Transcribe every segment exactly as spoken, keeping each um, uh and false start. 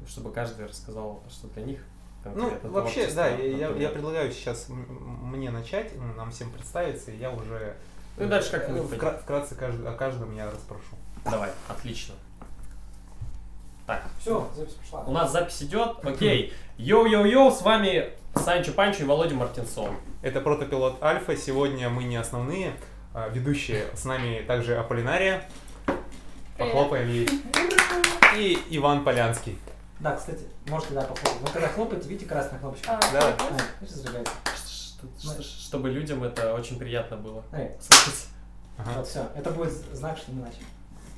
чтобы каждый рассказал, что для них. Ну, вообще, да, я, я предлагаю сейчас мне начать, нам всем представиться, и я уже ну, дальше как ну, вкра- вкратце кажд- о каждом я расспрошу. Давай, отлично. Так, все, запись пошла. У нас запись идет. Окей. Йоу-йоу-йоу, с вами Санчо Панчо и Володя Мартинсон. Это Протопилот Альфа. Сегодня мы не основные а, ведущие. С нами также Аполлинария. Похлопаем ей. И Иван Полянский. Да, кстати, можете, да, похлопать. Вы когда хлопаете, видите красная кнопочка? А, да. А, зажигается. Чтобы людям это очень приятно было Эй. слышать. Ага. Вот, все. Это будет знак, что мы начали.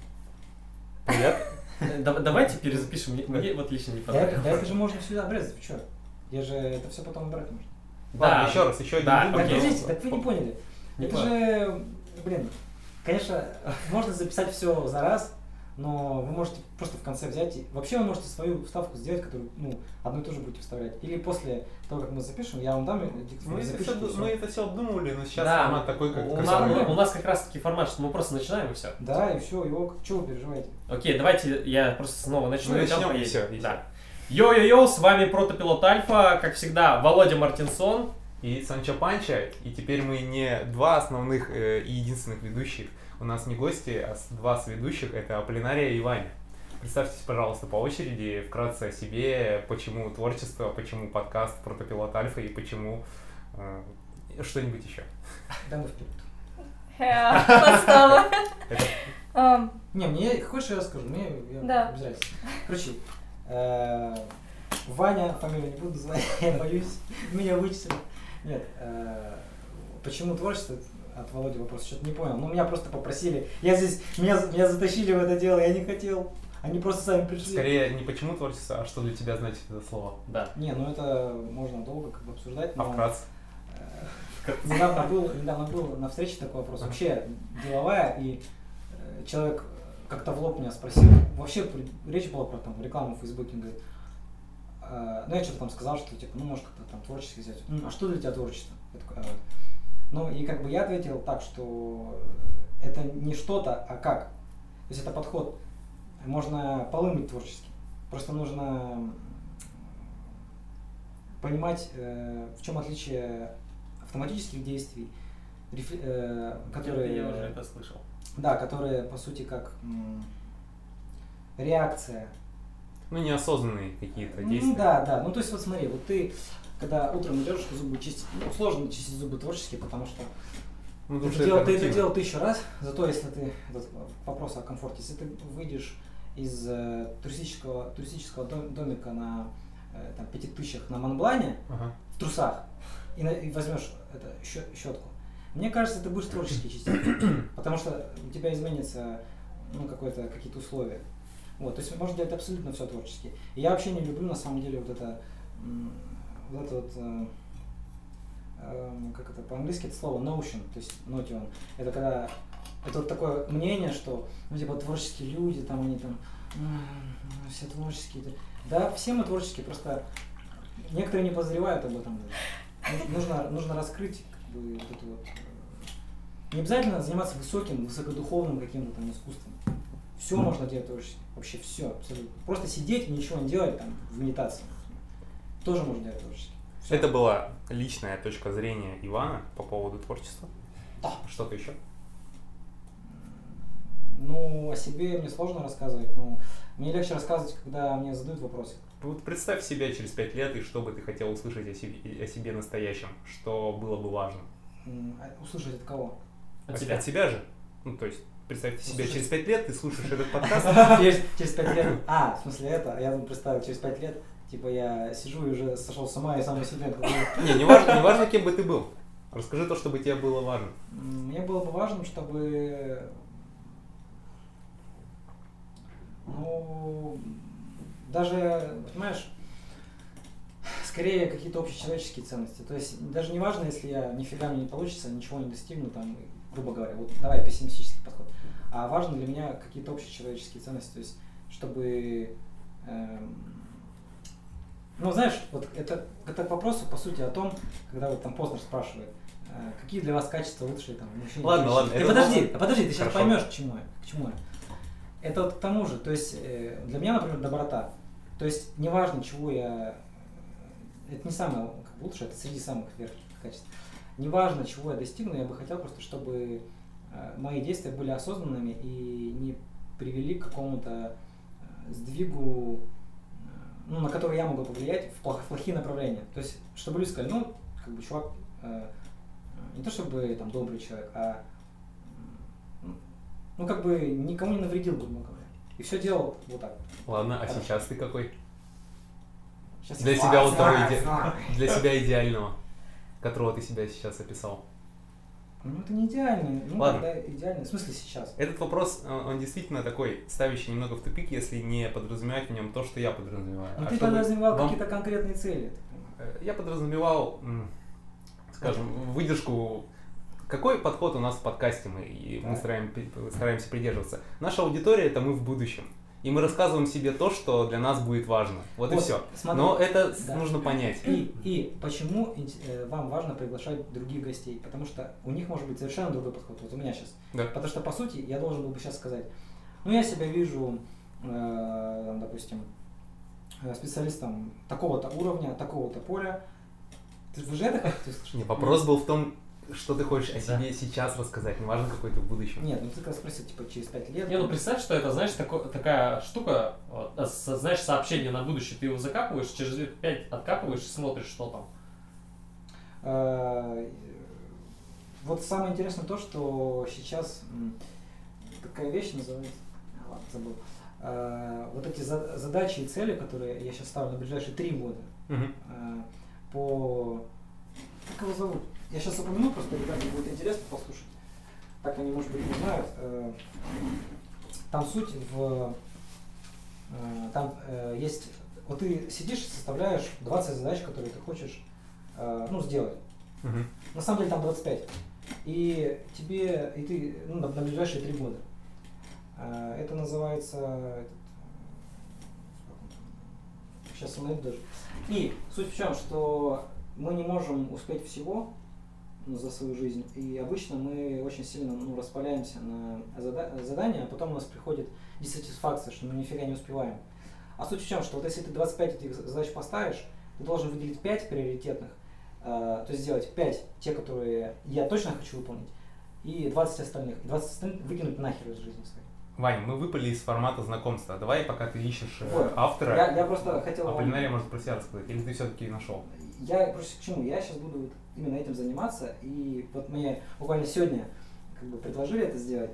Привет. Давайте перезапишем. Мне вот лично не понравилось. Да это же можно все обрезать, вы что? Я же это все потом убрать можно. Ладно, еще раз, еще один. Да, так, подождите, так вы не поняли. Не это же, блин, конечно, можно записать все за раз, но вы можете просто в конце взять и... Вообще вы можете свою вставку сделать, которую, ну, одну и ту же будете вставлять. Или после того, как мы запишем, я вам дам диктофон. Мы, это все, мы это все обдумывали, но сейчас да, формат такой, как... У, как нас, у нас как раз таки формат, что мы просто начинаем и все. Да, и все, его, что вы переживаете? Окей, давайте я просто снова начну. Ну, и начнем, там и все, и да. Йо-йо-йо, с вами Протопилот Альфа, как всегда, Володя Мартинсон. И Санчо Панчо, и теперь мы не два основных э, и единственных ведущих. У нас не гости, а два сведущих, это Аполлинария и Ваня. Представьтесь, пожалуйста, по очереди, вкратце о себе, почему творчество, почему подкаст Протопилот Альфа и почему э, что-нибудь еще. Да, мы вперед. Подстава. Не, мне, хочешь я расскажу? Мне да. без разницы. Короче, Ваня, фамилию не буду звать, я боюсь, меня вычислят. Нет, почему творчество? От Володи вопрос, что-то не понял. Ну, меня просто попросили. Я здесь, меня, меня затащили в это дело, я не хотел. Они просто сами пришли. Скорее, не почему творчество, а что для тебя значит это слово. Да. Не, ну это можно долго как бы обсуждать. Но, а вкратце? Э, недавно, был, недавно был на встрече такой вопрос. Вообще деловая, и э, человек как-то в лоб меня спросил. Вообще речь была про там, рекламу в Фейсбуке. Он говорит, э, ну я что-то там сказал, что типа, ну может как-то там творчески взять. Ну, а что для тебя творчество? Я такой, а, ну и как бы я ответил так, что это не что-то, а как. То есть это подход. Можно полы мыть творчески. Просто нужно понимать, э, в чем отличие автоматических действий, реф, э, которые... Я уже это слышал. Да, которые по сути как м, реакция. Ну, неосознанные какие-то ну, действия. Да, да. Ну, то есть, вот смотри, вот ты, когда утром идешь зубы чистить, ну, сложно чистить зубы творчески, потому что ну, ты, это делал, ты это делал тысячу раз, зато если ты, этот вопрос о комфорте, если ты выйдешь из э, туристического, туристического дом, домика на э, там, пяти тысячах на Монблане, ага. в трусах, и, на, и возьмешь это, щетку, мне кажется, ты будешь творчески чистить, потому что у тебя изменится ну, какое-то, какие-то условия. Вот, то есть можно делать абсолютно все творчески. И я вообще не люблю на самом деле вот это, вот это вот, э, э, как это по-английски это слово notion, то есть notion. Это когда это вот такое мнение, что ну типа творческие люди, там они там все творческие. Да, все мы творческие, просто некоторые не подозревают об этом даже. Нужно, нужно раскрыть как бы, вот это вот. Не обязательно заниматься высоким, высокодуховным каким-то там искусством. Все можно делать творчески. Вообще все, абсолютно. Просто сидеть и ничего не делать там в медитации. Тоже можно делать творчески. Всё. Это была личная точка зрения Ивана по поводу творчества. Да. Что-то еще? Ну, о себе мне сложно рассказывать, но мне легче рассказывать, когда мне задают вопросы. Вот представь себя через пять лет, и что бы ты хотел услышать о себе, о себе настоящем, что было бы важно. Услышать от кого? От, от себя. От себя же. Ну, то есть, представь себя Услышать. через пять лет, ты слушаешь этот подкаст. Через, через пять лет. А, в смысле это? Я думаю, представил, через пять лет, типа я сижу и уже сошел с ума и сам на себя. Не, не важно, не важно, кем бы ты был. Расскажи то, чтобы тебе было важно. Мне было бы важно, чтобы ну даже, понимаешь, скорее какие-то общечеловеческие ценности. То есть даже не важно, если я нифига мне не получится, ничего не достигну, там, грубо говоря, вот давай пессимистический подход. А важно для меня какие-то общечеловеческие ценности, то есть чтобы, эм, ну знаешь, вот это, это к вопросу по сути о том, когда вот там Познер спрашивает, э, какие для вас качества лучшие там в мужчине. Ладно, ладно. Ты подожди, можно... подожди, ты сейчас Хорошо. поймешь, к чему я, к чему я. Это вот к тому же, то есть э, для меня, например, доброта. То есть неважно, чего я... Это не самое как бы, лучшее, это среди самых верхних качеств. Неважно, чего я достигну, я бы хотел просто, чтобы мои действия были осознанными и не привели к какому-то сдвигу, ну, на который я могу повлиять в, плох, в плохие направления. То есть, чтобы люди сказали, ну, как бы чувак, э, не то чтобы там добрый человек, а ну, как бы никому не навредил, грубо говоря. И все делал вот так. Ладно, а Хорошо. сейчас ты какой? Сейчас Для я себя знаю, вот того знаю, иде- знаю. Для себя идеального, которого ты себя сейчас описал. Ну, это не идеальный. Ну, Ладно. когда идеальный. В смысле сейчас? Этот вопрос, он он действительно такой, ставящий немного в тупик, если не подразумевать в нем то, что я подразумеваю. Ну, А ты чтобы подразумевал вам- какие-то конкретные цели. Э, Я подразумевал, м, скажем, выдержку. Какой подход у нас в подкасте мы, и мы Так. стараем- стараемся придерживаться. Наша аудитория — это мы в будущем. И мы рассказываем себе то, что для нас будет важно. Вот, и Вот, все. смотри. Но это с- Да. нужно понять. И, и почему инте- э, вам важно приглашать других гостей? Потому что у них может быть совершенно другой подход. Вот у меня сейчас. Да. Потому что, по сути, я должен был бы сейчас сказать, ну, я себя вижу, э, допустим, э, специалистом такого-то уровня, такого-то поля. Ты вы же это хотите услышать? Не, вопрос был в том, что ты хочешь о Да. себе сейчас рассказать, неважно, какой ты в будущем. Нет, ну ты как спросил, типа, через пять лет. Не, ну представь, что это, знаешь, тако- такая штука, вот, а, с- знаешь, сообщение на будущее, ты его закапываешь, через лет пять откапываешь и смотришь, что там. Э, Вот самое интересное то, что сейчас м, такая вещь называется, а, ладно, забыл. Э, Вот эти за- задачи и цели, которые я сейчас ставлю на ближайшие три года, Мгм. э, по... Как его зовут? Я сейчас упомяну, просто ребятам будет интересно послушать. Так они, может быть, не знают. Э, Там суть в... э, Там э, есть... Вот ты сидишь и составляешь двадцать задач, которые ты хочешь э, ну, сделать. Мгм. На самом деле там двадцать пять. И тебе, и ты, ну, на, на ближайшие три года. А, это называется, этот, сейчас я найду даже. И суть в чем, что мы не можем успеть всего, ну, за свою жизнь. И обычно мы очень сильно, ну, распаляемся на зада- задания, а потом у нас приходит диссатисфакция, что мы нифига не успеваем. А суть в чем, что вот если ты двадцать пять этих задач поставишь, ты должен выделить пять приоритетных, Uh, то есть сделать пять, те, которые я точно хочу выполнить, и двадцать остальных. двадцать остальных выкинуть нахер из жизни своей. Вань, мы выпали из формата знакомства. Давай, пока ты ищешь э, Вот. автора, Я, я просто хотел а вам- Полинария может про себя рассказать, или ты все-таки нашел? Я просто к чему? Я сейчас буду вот именно этим заниматься, и вот мне буквально сегодня как бы предложили это сделать,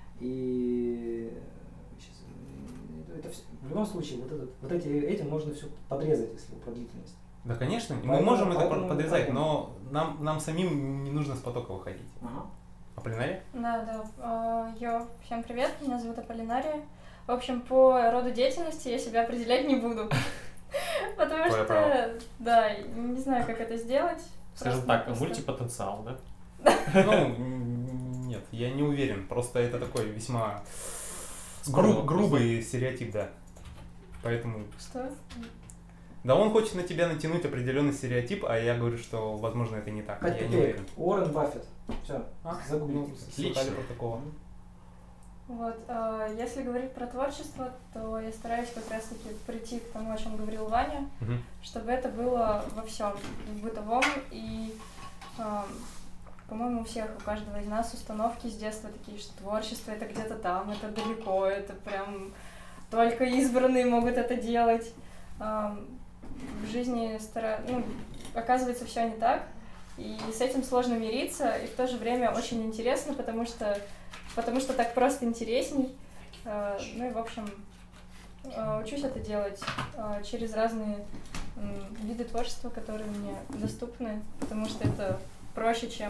и сейчас, это все, в любом случае вот, этот, вот эти, этим можно все подрезать, если про длительность. Да, конечно, мы Поэтому- можем это поэтому подрезать, поэтому. но нам, нам самим не нужно с потока выходить. Ага. А Полинария? Да, да. А, Йо, всем привет, меня зовут Аполлинария. В общем, по роду деятельности я себя определять не буду. Потому Твое право. что, да, не знаю, как это сделать. Скажем Просто- так, просто- мультипотенциал, да? Ну, м, нет, я не уверен. Просто это такой весьма Скоро гру- вопрос, грубый стереотип, да. Поэтому... Что? Да, он хочет на тебя натянуть определенный стереотип, а я говорю, что, возможно, это не так. Пять Я не копеек. уверен. Уоррен Баффет. Все, А, загуглите. ну, слыхали про такого. Вот, а, если говорить про творчество, то я стараюсь как раз-таки прийти к тому, о чем говорил Ваня, Мгм. чтобы это было во всем, в бытовом и, ам, по-моему, у всех, у каждого из нас установки с детства такие, что творчество это где-то там, это далеко, это прям только избранные могут это делать. Ам, в жизни стара... ну, оказывается, все не так, и с этим сложно мириться, и в то же время очень интересно, потому что, потому что так просто интересней. А, ну и, в общем, а, учусь это делать а, через разные м, виды творчества, которые мне доступны, потому что это проще, чем...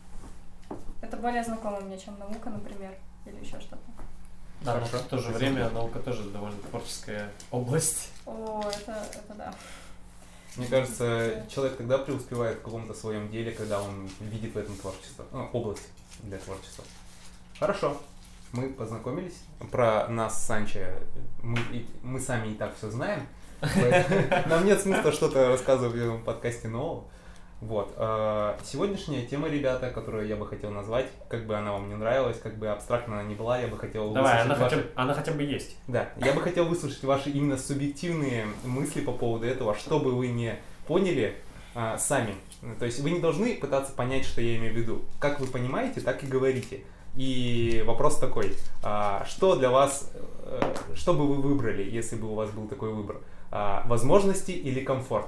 Это более знакомо мне, чем наука, например, или еще что-то. Да, но Хорошо. в то же время наука тоже довольно творческая область. О, это, это да. Мне кажется, человек тогда преуспевает в каком-то своем деле, когда он видит в этом творчество, ну, область для творчества. Хорошо, мы познакомились. Про нас с Санчо мы, и- мы сами и так все знаем. Поэтому нам нет смысла что-то рассказывать в этом подкасте нового. Вот. э, Сегодняшняя тема, ребята, которую я бы хотел назвать, как бы она вам не нравилась, как бы абстрактно она ни была, я бы хотел Давай, она, выслушать ваши... хотя, бы- она хотя бы есть. Да, я бы хотел выслушать ваши именно субъективные мысли по поводу этого, что бы вы не поняли а, сами. То есть вы не должны пытаться понять, что я имею в виду. Как вы понимаете, так и говорите. И вопрос такой, а, что для вас, а, что бы вы выбрали, если бы у вас был такой выбор? А, возможности или комфорт?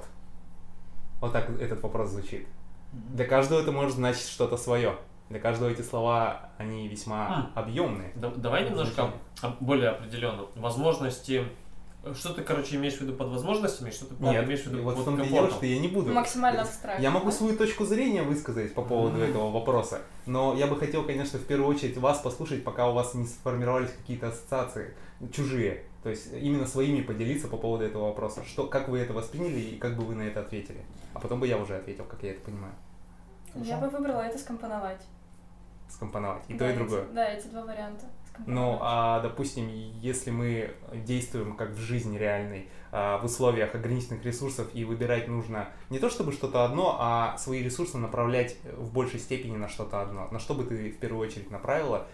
Вот так этот вопрос звучит. Для каждого это может значить что-то свое. Для каждого эти слова, они весьма А. объемные. Да- давай немножко об- более определенно. Возможности. Что ты, короче, имеешь в виду под возможностями, и что ты Нет, имеешь в виду вот в под том-то и дело, комфортом? что я не буду. Максимально абстрактно. Я могу да? свою точку зрения высказать по поводу Мгм. этого вопроса, но я бы хотел, конечно, в первую очередь вас послушать, пока у вас не сформировались какие-то ассоциации чужие. То есть именно своими поделиться по поводу этого вопроса. Что, как вы это восприняли и как бы вы на это ответили. А потом бы я уже ответил, как я это понимаю. Я бы выбрала это скомпоновать. Скомпоновать. И Да, то, и эти- другое. Да, эти два варианта. Ну, Скомпоновать. а, допустим, если мы действуем как в жизни реальной, а, в условиях ограниченных ресурсов, и выбирать нужно не то чтобы что-то одно, а свои ресурсы направлять в большей степени на что-то одно. На что бы ты в первую очередь направила?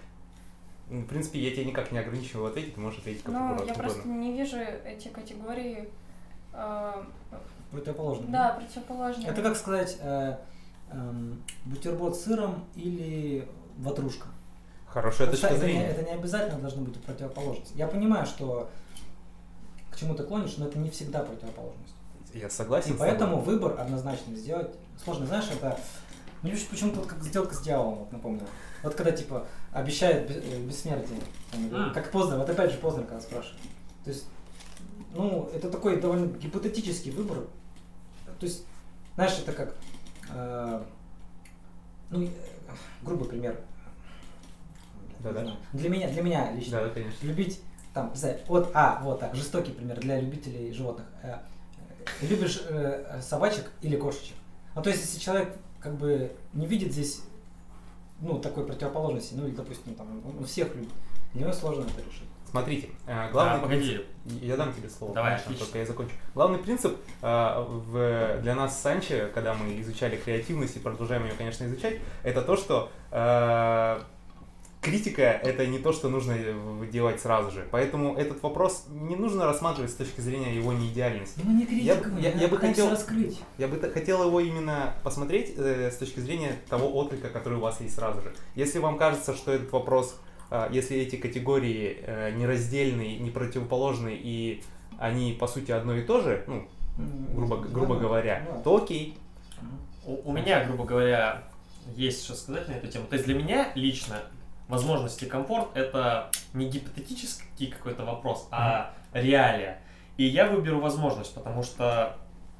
В принципе, я тебя никак не ограничиваю ответить, ты можешь ответить как Ну, угодно. я просто не вижу эти категории. э, Противоположно. да, противоположные. Это как сказать э, эм, бутерброд с сыром или ватрушка. Хорошая это, точка это не, зрения. это не обязательно должно быть противоположность. Я понимаю, что к чему ты клонишь, но это не всегда противоположность. Я согласен И с тобой. поэтому выбор однозначно сделать сложно. Знаешь, это мне почему-то вот как сделка с дьяволом, вот напомню. Вот когда типа обещают бе- э, бессмертие, там, А. как Познер, вот опять же Познер когда спрашивает. То есть, ну, это такой довольно гипотетический выбор. То есть, знаешь, это как, э, ну, э, грубый пример. Да-да. Не знаю. Для меня, для меня лично. Да, да, конечно. Любить, там, не знаю, вот, а, вот так, жестокий пример для любителей животных. Э, э, Любишь э, собачек или кошечек? Ну, то есть, если человек как бы не видит здесь, ну, такой противоположности, ну, или, допустим, там, он всех любит, для него сложно это решить. Смотрите, э, главный А, погоди. принцип- Я дам тебе слово, Давай, конечно, отлично. только я закончу. Главный принцип э, в, для нас с Санчо, когда мы изучали креативность и продолжаем ее, конечно, изучать, это то, что э, критика — это не то, что нужно делать сразу же. Поэтому этот вопрос не нужно рассматривать с точки зрения его неидеальности. Ну, не Я критика, бы- я- я бы пытаемся хотел- раскрыть. Я бы т- хотел его именно посмотреть э, с точки зрения того отклика, который у вас есть сразу же. Если вам кажется, что этот вопрос, э, если эти категории э, нераздельны, не противоположны и они по сути одно и то же, ну, М, грубо, да, грубо да, говоря, да. то окей. У, у меня, грубо говоря, есть что сказать на эту тему. То есть для меня лично возможности и комфорт — это не гипотетический какой-то вопрос, а реалия. И я выберу возможность, потому что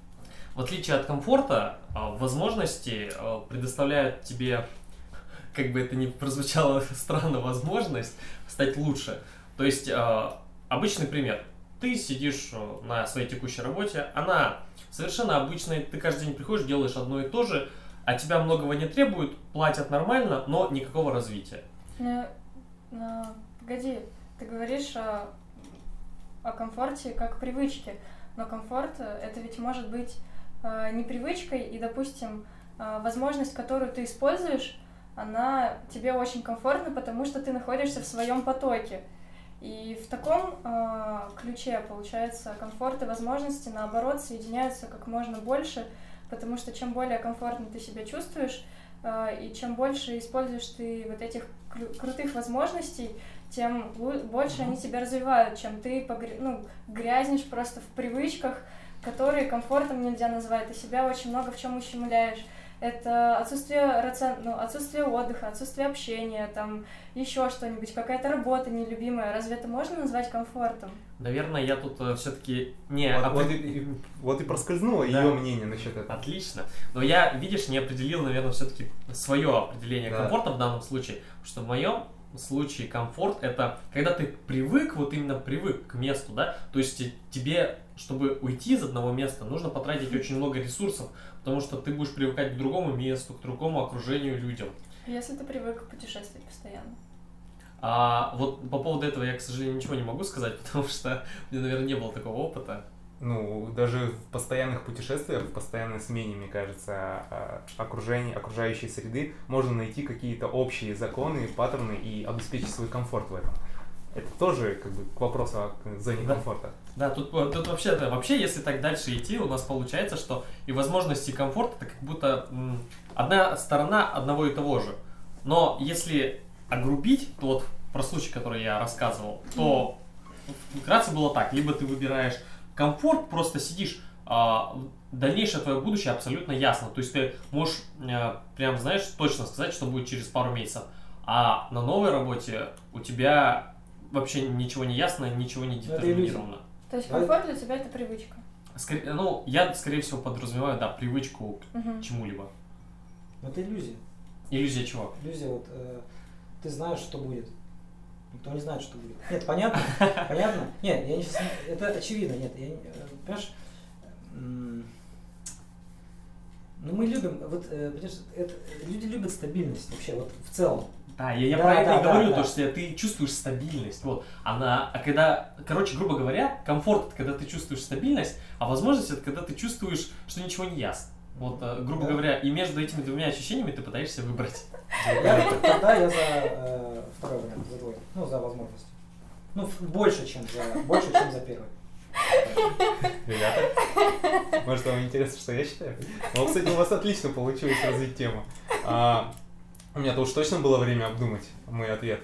в отличие от комфорта, а, возможности а, предоставляют тебе, как бы это ни прозвучало странно, возможность стать лучше. То есть а, обычный пример. Ты сидишь а, на своей текущей работе, она совершенно обычная, ты каждый день приходишь, делаешь одно и то же, а тебя многого не требуют, платят нормально, но никакого развития. Ну, ну, погоди, ты говоришь о, о комфорте как привычке, но комфорт э, это ведь может быть э, не привычкой, и, допустим, э, возможность, которую ты используешь, она тебе очень комфортна, потому что ты находишься в своем потоке. И в таком э, ключе, получается, комфорт и возможности, наоборот, соединяются как можно больше, потому что чем более комфортно ты себя чувствуешь, э, и чем больше используешь ты вот этих кру- крутых возможностей, тем лу- больше они тебя развивают, чем ты погря- ну, грязнешь просто в привычках, которые комфортом нельзя назвать. Ты себя очень много в чем ущемляешь. Это отсутствие, рацион... ну, отсутствие отдыха, отсутствие общения, там еще что-нибудь, какая-то работа нелюбимая. Разве это можно назвать комфортом? Наверное, я тут все-таки не... Вот, вот опре- и, и- вот и проскользнуло Да. ее мнение насчет этого. Отлично. Но я, видишь, не определил, наверное, все-таки свое определение Да. комфорта в данном случае. Потому что в моем случае комфорт — это когда ты привык, вот именно привык к месту, да, то есть те- тебе, чтобы уйти из одного места, нужно потратить очень много ресурсов, потому что ты будешь привыкать к другому месту, к другому окружению, людям. Если ты привык путешествовать постоянно. А вот по поводу этого я, к сожалению, ничего не могу сказать, потому что у меня, наверное, не было такого опыта. Ну, даже в постоянных путешествиях, в постоянной смене, мне кажется, окружение, окружающей среды можно найти какие-то общие законы, паттерны и обеспечить свой комфорт в этом. Это тоже как бы к вопросу о зоне Да. комфорта. Да, тут, тут вообще, да, вообще, если так дальше идти, у нас получается, что и возможности, и комфорт это как будто м, одна сторона одного и того же. Но если огрубить, то вот про случай, который я рассказывал, то вкратце было так: либо ты выбираешь комфорт, просто сидишь, а, дальнейшее твое будущее абсолютно ясно. То есть ты можешь а, прям, знаешь, точно сказать, что будет через пару месяцев. А на новой работе у тебя вообще ничего не ясно, ничего не детерминировано. То есть комфорт для тебя это привычка? Скорее, ну, я, скорее всего, подразумеваю, да, привычку Угу. к чему-либо. Это иллюзия. Иллюзия чего? Иллюзия, вот э, ты знаешь, что будет. Никто не знает, что будет. Нет, понятно? Понятно? Нет, я не сейчас. Это очевидно, нет. Я, не- э, понимаешь, м, ну мы любим, вот, э, понимаешь, это, люди любят стабильность вообще, вот в целом. Да, я, я Да, про это да, и да, говорю, да. то, что ты чувствуешь стабильность. Вот. Она, а когда, короче, грубо говоря, комфорт это когда ты чувствуешь стабильность, а возможность это когда ты чувствуешь, что ничего не ясно. Вот, э, грубо Да. говоря, и между этими двумя ощущениями ты пытаешься выбрать. Я, тогда я за э, второй вариант, за твой. Ну, за возможность. Ну, в- больше, чем за, больше, чем за первый. Ребята, может, вам интересно, что я считаю? Ну, кстати, у вас отлично получилось развить тему. А, у меня-то уж точно было время обдумать мой ответ.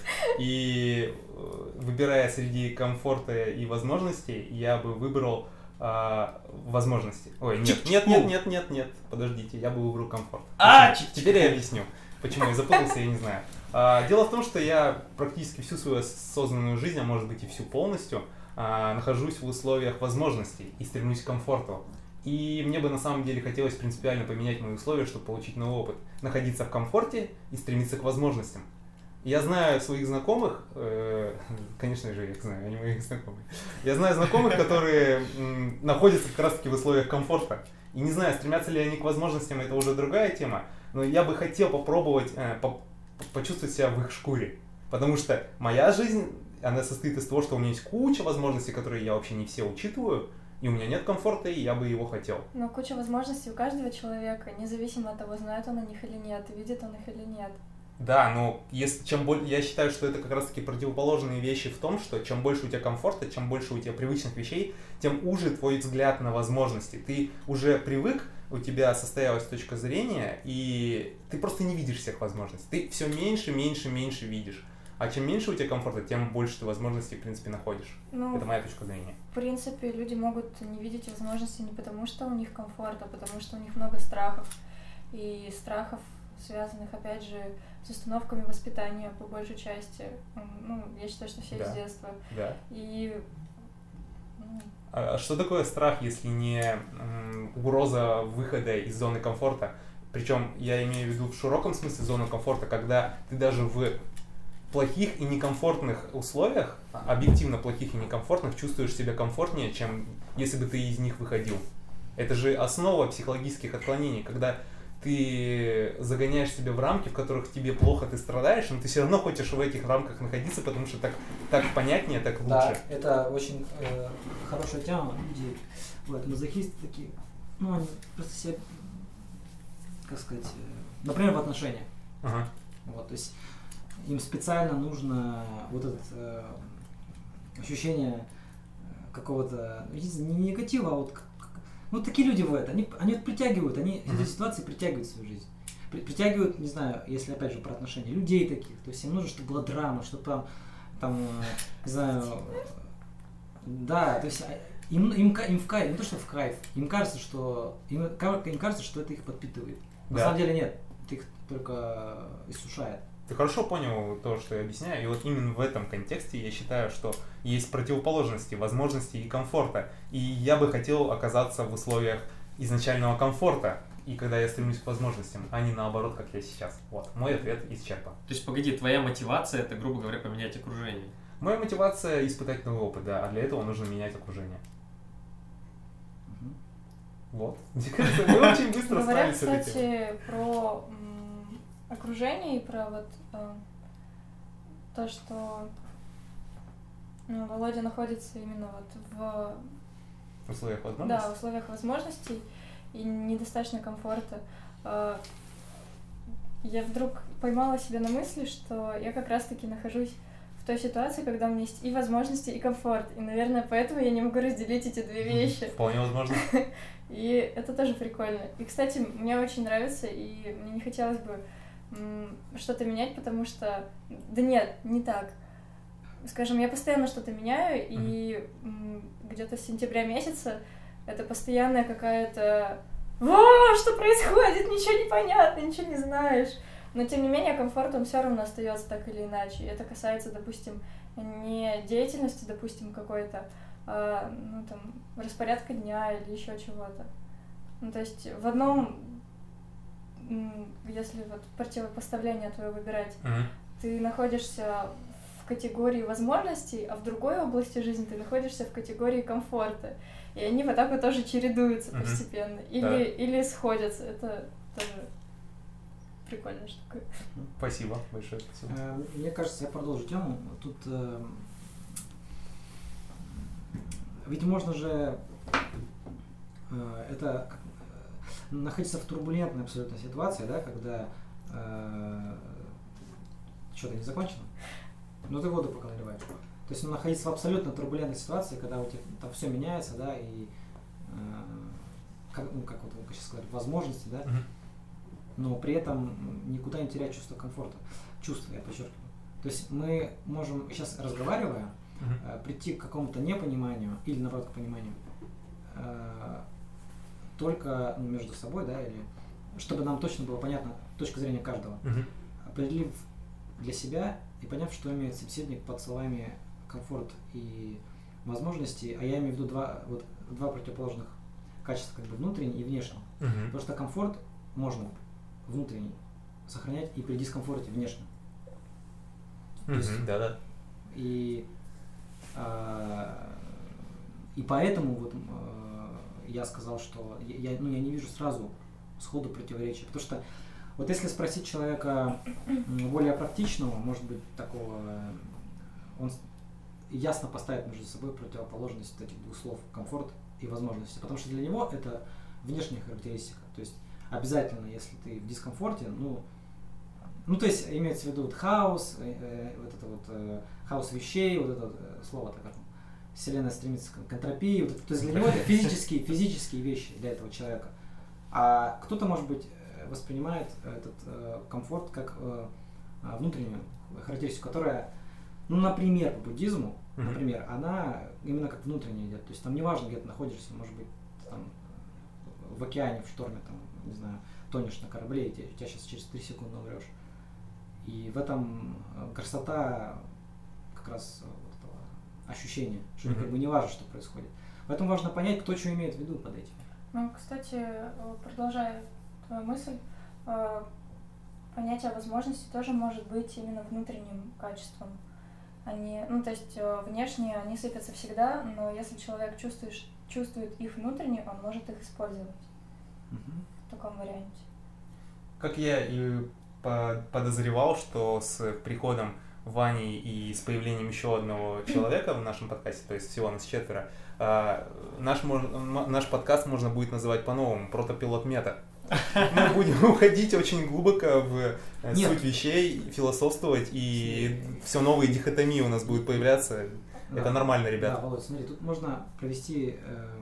И э, выбирая среди комфорта и возможностей, я бы выбрал а, возможности. Ой, нет, нет, нет, нет, нет, нет, подождите, я бы выбрал комфорт. А, Почему? чик-чик. Теперь я объясню. Почему я запутался, я не знаю. А, дело в том, что я практически всю свою осознанную жизнь, а может быть и всю полностью, а, нахожусь в условиях возможностей и стремлюсь к комфорту. И мне бы на самом деле хотелось принципиально поменять мои условия, чтобы получить новый опыт. Находиться в комфорте и стремиться к возможностям. Я знаю своих знакомых, э, конечно же, я их знаю, они мои знакомые. Я знаю знакомых, которые м, находятся как раз-таки в условиях комфорта. И не знаю, стремятся ли они к возможностям, это уже другая тема. Но я бы хотел попробовать э, по- почувствовать себя в их шкуре. Потому что моя жизнь, она состоит из того, что у меня есть куча возможностей, которые я вообще не все учитываю. И у меня нет комфорта, и я бы его хотел. Но куча возможностей у каждого человека, независимо от того, знает он о них или нет, видит он их или нет. Да, но если, чем более, я считаю, что это как раз-таки противоположные вещи в том, что чем больше у тебя комфорта, чем больше у тебя привычных вещей, тем уже твой взгляд на возможности. Ты уже привык, у тебя состоялась точка зрения, и ты просто не видишь всех возможностей. Ты все меньше, меньше, меньше видишь. А чем меньше у тебя комфорта, тем больше ты возможностей, в принципе, находишь. Ну, Это моя точка зрения. в принципе, люди могут не видеть возможности не потому, что у них комфорт, а потому что у них много страхов. И страхов, связанных, опять же, с установками воспитания, по большей части. М, Ну, я считаю, что все Да. с детства. Да. И ну, А что такое страх, если не м, угроза выхода из зоны комфорта? Причем я имею в виду в широком смысле зону комфорта, когда ты даже в плохих и некомфортных условиях, объективно плохих и некомфортных, чувствуешь себя комфортнее, чем если бы ты из них выходил. Это же основа психологических отклонений, когда ты загоняешь себя в рамки, в которых тебе плохо, ты страдаешь, но ты все равно хочешь в этих рамках находиться, потому что так, так понятнее, так лучше. Да, это очень э, хорошая тема. Люди, вот, мазохисты такие, ну, они просто себя, как сказать, э, например, в отношениях. Ага. Вот, то есть им специально нужно вот это э, ощущение э, какого-то, не знаю, не негатива, а вот как- как- ну такие люди бывают, они, они вот притягивают, они Мгм. эти ситуации притягивают в свою жизнь. При- Притягивают, не знаю, если опять же про отношения, людей таких, то есть им нужно, чтобы была драма, чтобы там, там, э, не знаю, э, да, то есть а, им, им, ка- им в кайф, не то что в кайф, им кажется, что им, ка- им кажется, что это их подпитывает. На Да. самом деле нет, это их только иссушает. Ты хорошо понял то, что я объясняю, и вот именно в этом контексте я считаю, что есть противоположности, возможности и комфорта. И я бы хотел оказаться в условиях изначального комфорта, и когда я стремлюсь к возможностям, а не наоборот, как я сейчас. Вот, мой ответ исчерпан. То есть, погоди, твоя мотивация это, грубо говоря, поменять окружение. Моя мотивация испытать новый опыт, да, а для этого нужно менять окружение. Мгм. Вот. Мне кажется, мы очень быстро говоря, справились с этой темой. кстати, про м, окружение и про вот э, то, что ну, Володя находится именно вот в В условиях Да, возможностей? в условиях возможностей и недостаточно комфорта. А, Я вдруг поймала себя на мысли, что я как раз-таки нахожусь в той ситуации, когда у меня есть и возможности, и комфорт. И, наверное, поэтому я не могу разделить эти две вещи. Вполне возможно. И это тоже прикольно. И, кстати, мне очень нравится, и мне не хотелось бы м, что-то менять, потому что... Да нет, не так. Скажем, я постоянно что-то меняю, и м, где-то с сентября месяца это постоянная какая-то... Во, что происходит? Ничего не понятно, ничего не знаешь. Но, тем не менее, комфорт, он все равно остается так или иначе. И это касается, допустим, не деятельности, допустим, какой-то, а, ну, там, распорядка дня или еще чего-то. Ну, то есть в одном, если вот противопоставление твое выбирать, Mm-hmm. ты находишься в категории возможностей, а в другой области жизни ты находишься в категории комфорта. И они вот так вот тоже чередуются Mm-hmm. постепенно. Или, Да. или сходятся. Это тоже прикольная штука. Спасибо, большое спасибо. Э, Мне кажется, я продолжу тему. Тут э, ведь можно же э, это как, э, находиться в турбулентной абсолютно ситуации, да, когда э, что-то не закончено, но ты воду пока наливаешь. То есть ну, находиться в абсолютно турбулентной ситуации, когда у тебя там все меняется, да, и э, как, ну, как вот вы сейчас сказали, возможности, да, Mm-hmm. но при этом никуда не терять чувство комфорта. Чувство, я подчеркиваю. То есть мы можем, сейчас разговаривая, Mm-hmm. э, прийти к какому-то непониманию или, наоборот, к пониманию э, только ну, между собой, да, или чтобы нам точно было понятно точка зрения каждого, Mm-hmm. определив для себя и поняв, что имеет собеседник под словами комфорт и возможности, а я имею в виду два, вот, два противоположных качества, как бы внутренний и внешний. Mm-hmm. Потому что комфорт можно внутренний сохранять и при дискомфорте внешнем. Mm-hmm. Да-да. И, а, и поэтому вот а, я сказал, что я, я- ну, я не вижу сразу сходу противоречия. Потому что вот если спросить человека м, более практичного, может быть, такого, э, он с- ясно поставит между собой противоположность этих двух слов комфорт и возможности. Потому что для него это внешняя характеристика. То есть обязательно, если ты в дискомфорте, ну, ну то есть имеется в виду вот хаос, э, э, вот это вот э, хаос вещей, вот это вот, э, слово-то как он, вселенная стремится к к энтропии, вот это, то есть для него это физические, физические вещи для этого человека. А кто-то, может быть, э, воспринимает этот э, комфорт как э, а, внутреннюю характеристику, которая, ну, например, по буддизму, Мгм. например, она именно как внутренняя идет. То есть там не важно, где ты находишься, может быть, ты там в океане, в шторме, там, не знаю, тонешь на корабле, и те- у тебя сейчас через три секунды умрешь. И в этом э, красота как раз э, вот этого ощущения, что Мгм. как бы не важно, что происходит. Поэтому важно понять, кто что имеет в виду под этим. Ну, кстати, э, продолжая твою мысль, э, понятие возможности тоже может быть именно внутренним качеством. Они, ну, то есть э, внешние они сыпятся всегда, но если человек чувствует, чувствует их внутренне, он может их использовать Мгм. в таком варианте. Как я и по- подозревал, что с приходом Вани и с появлением еще одного человека в нашем подкасте, то есть всего нас четверо, а, наш, мож- м- наш подкаст можно будет называть по-новому «Протопилот мета». Мы будем уходить очень глубоко в э, Нет. суть вещей, философствовать, и все новые дихотомии у нас будут появляться. Да. Это нормально, Да, ребята. Володь, смотри, тут можно провести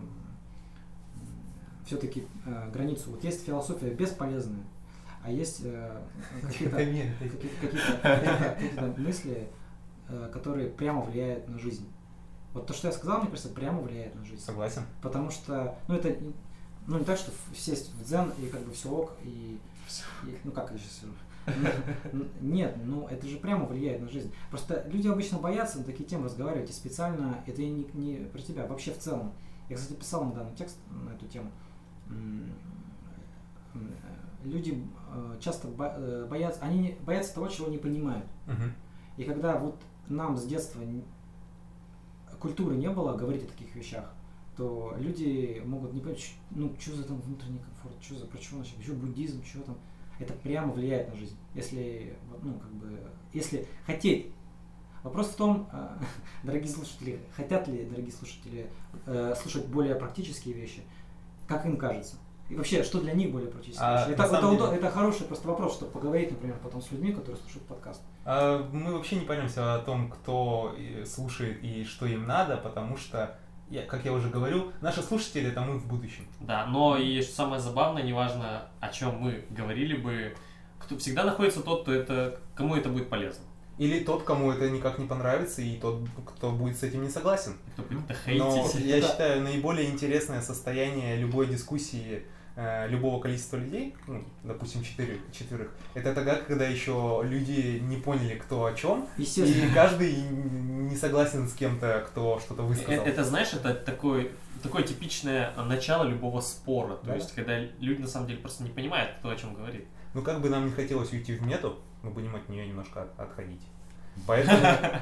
все-таки границу. Вот есть философия бесполезная, а есть э, какие-то Дихотомия. какие-то- какие-то- какие-то- какие-то мысли, э, которые прямо влияют на жизнь. Вот то, что я сказал, мне кажется, прямо влияет на жизнь. Согласен. Потому что, ну это, не- ну не так, что в- сесть в дзен и как бы все ок, и, и- ну как я сейчас скажу? Н- Нет, ну это же прямо влияет на жизнь. Просто люди обычно боятся на такие темы разговаривать, и специально, это я не, не про тебя, вообще в целом. Я, кстати, писал недавно текст на эту тему. М, м, Люди э, часто бо- э, боятся, они не- боятся того, чего не понимают. Мгм. И когда вот нам с детства н- культуры не было говорить о таких вещах, то люди могут не понять, ч- ну, что за там внутренний комфорт, что за, про что вообще, что буддизм, что там. Это прямо влияет на жизнь. Если, вот, ну, как бы, если хотеть Вопрос в том, э, дорогие слушатели, хотят ли, дорогие слушатели, э, слушать более практические вещи, как им кажется. И вообще, что для них более практические А, вещи. Это, на самом это, деле- это хороший просто вопрос, чтобы поговорить, например, потом с людьми, которые слушают подкаст. А, Мы вообще не поймемся о том, кто э, слушает и что им надо, потому что, я- как я уже говорил, наши слушатели — это мы в будущем. Да, но и что самое забавное, неважно, о чем мы говорили бы, кто всегда находится тот, кто это, кому это будет полезно. Или тот, кому это никак не понравится, и тот, кто будет с этим не согласен. Кто будет это Но хейтить. я Да. считаю, наиболее интересное состояние любой дискуссии э, любого количества людей, ну, допустим, четыре, четверых, это тогда, когда еще люди не поняли, кто о чем, Естественно. и каждый не согласен с кем-то, кто что-то Э, высказал. Это, знаешь, это такой, такое типичное начало любого спора. То Да. есть, когда люди на самом деле просто не понимают, кто о чем говорит. Ну, как бы нам не хотелось уйти в мету, мы будем от нее немножко от- отходить. Поэтому,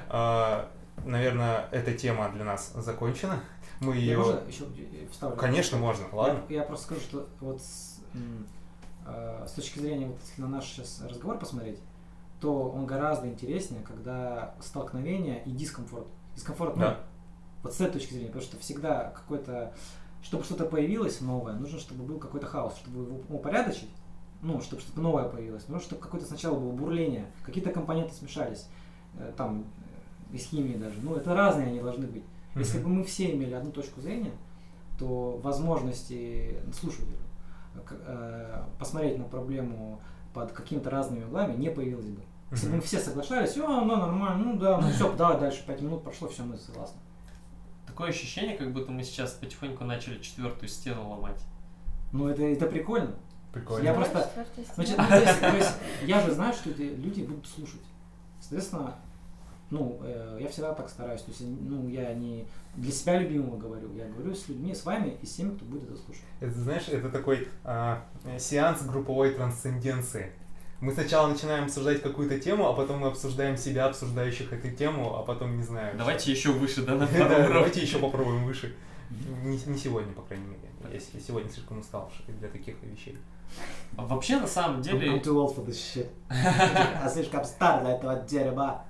э, наверное, эта тема для нас закончена. Мы Я ее... можно еще вставлю? Конечно, можно, ладно. Я, я просто скажу, что вот с, м, э, с точки зрения, вот если на наш сейчас разговор посмотреть, то он гораздо интереснее, когда столкновение и дискомфорт. Дискомфорт, ну, Да. вот с этой точки зрения, потому что всегда какой-то, чтобы что-то появилось новое, нужно, чтобы был какой-то хаос, чтобы его упорядочить, ну, чтобы что-то новое появилось, нужно, чтобы какое-то сначала было бурление, какие-то компоненты смешались, э, там, э, из химии даже, ну, это разные они должны быть. Если Мгм. бы мы все имели одну точку зрения, то возможности слушателю к- э, посмотреть на проблему под какими-то разными углами не появилось бы. Если бы Мгм. мы все соглашались, о, ну нормально, ну да, ну все, давай дальше, пять минут прошло, все, мы согласны. Такое ощущение, как будто мы сейчас потихоньку начали четвертую стену ломать. Ну это, это прикольно. Прикольно. Я просто- Четвертая стена. Значит, ну, то есть, то есть я же знаю, что эти люди будут слушать. Соответственно, ну, э, я всегда так стараюсь. То есть, ну, я не для себя любимого говорю, я говорю с людьми, с вами и с теми, кто будет это слушать. Это, знаешь, это такой а, сеанс групповой трансценденции. Мы сначала начинаем обсуждать какую-то тему, а потом мы обсуждаем себя, обсуждающих эту тему, а потом, не знаю... Давайте еще выше, да, на Да, пару уровней. давайте еще попробуем выше. Не, не сегодня, по крайней мере. Я с- я сегодня слишком устал для таких вещей. А Вообще, на самом деле, I'm too old for this shit. Я слишком стар для этого дерьма.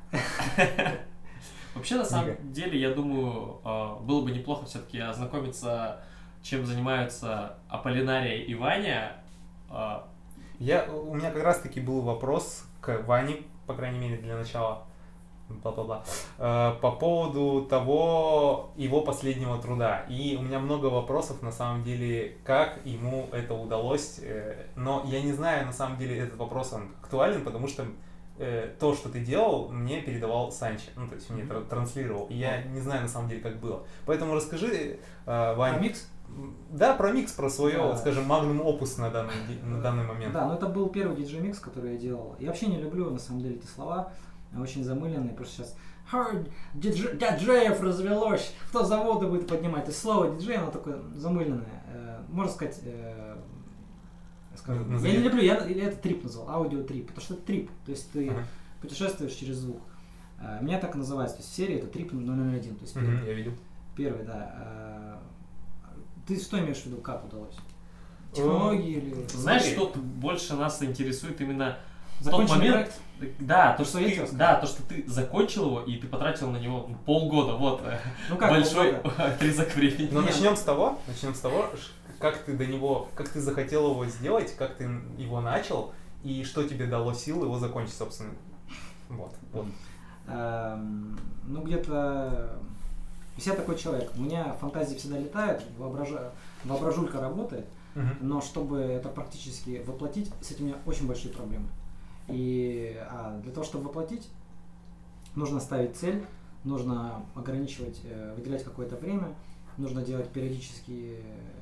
вообще, на самом Книга. деле, я думаю, а, было бы неплохо все-таки ознакомиться, чем занимаются Аполлинария и Ваня. А, Я, у меня как раз-таки был вопрос к Ване, по крайней мере, для начала. Бла-бла-бла. Э, По поводу того его последнего труда. И у меня много вопросов, на самом деле, как ему это удалось. э, Но я не знаю, на самом деле, этот вопрос он актуален, потому что э, то, что ты делал, мне передавал Санчо. Ну, то есть мне тра- транслировал. И я не знаю, на самом деле, как было. Поэтому расскажи, э, Вань. А микс? Да, про микс, про свое, Да. скажем, магнум опус на данный, ди- на данный момент. Да, но это был первый диджей-микс, который я делал. Я вообще не люблю, на самом деле, эти слова. Очень замыленные, потому что сейчас «Хар, дидж- диджеев развелось, кто заводы будет поднимать». То есть слово диджей, оно такое замыленное. Э, можно сказать, э, скажем, Назови. я не люблю, я, я это трип назвал, аудиотрип, потому что это трип, то есть ты Ага. путешествуешь через звук. Э, меня так и называется, то есть в серии это трип ноль ноль один, то есть Мгм, первый, я видел. первый, да. Э, ты что имеешь в виду, как удалось? Технологии или... Знаешь, Смотри. что больше нас интересует именно Законченный момент- проект? Да, то, Что что я ты, тебе сказал? да, то, что ты закончил его, и ты потратил на него полгода, вот, э, Ну как, большой полгода? отрезок времени. Но Нет. начнем с того, начнем с того, ш- как ты до него, как ты захотел его сделать, как ты его начал, и что тебе дало сил его закончить, собственно. Вот, вот. Эм, ну, где-то... То есть я такой человек, у меня фантазии всегда летают, вообража... воображулька работает, Мгм. но чтобы это практически воплотить, с этим у меня очень большие проблемы. И а, для того, чтобы воплотить, нужно ставить цель, нужно ограничивать, э, выделять какое-то время, нужно делать периодические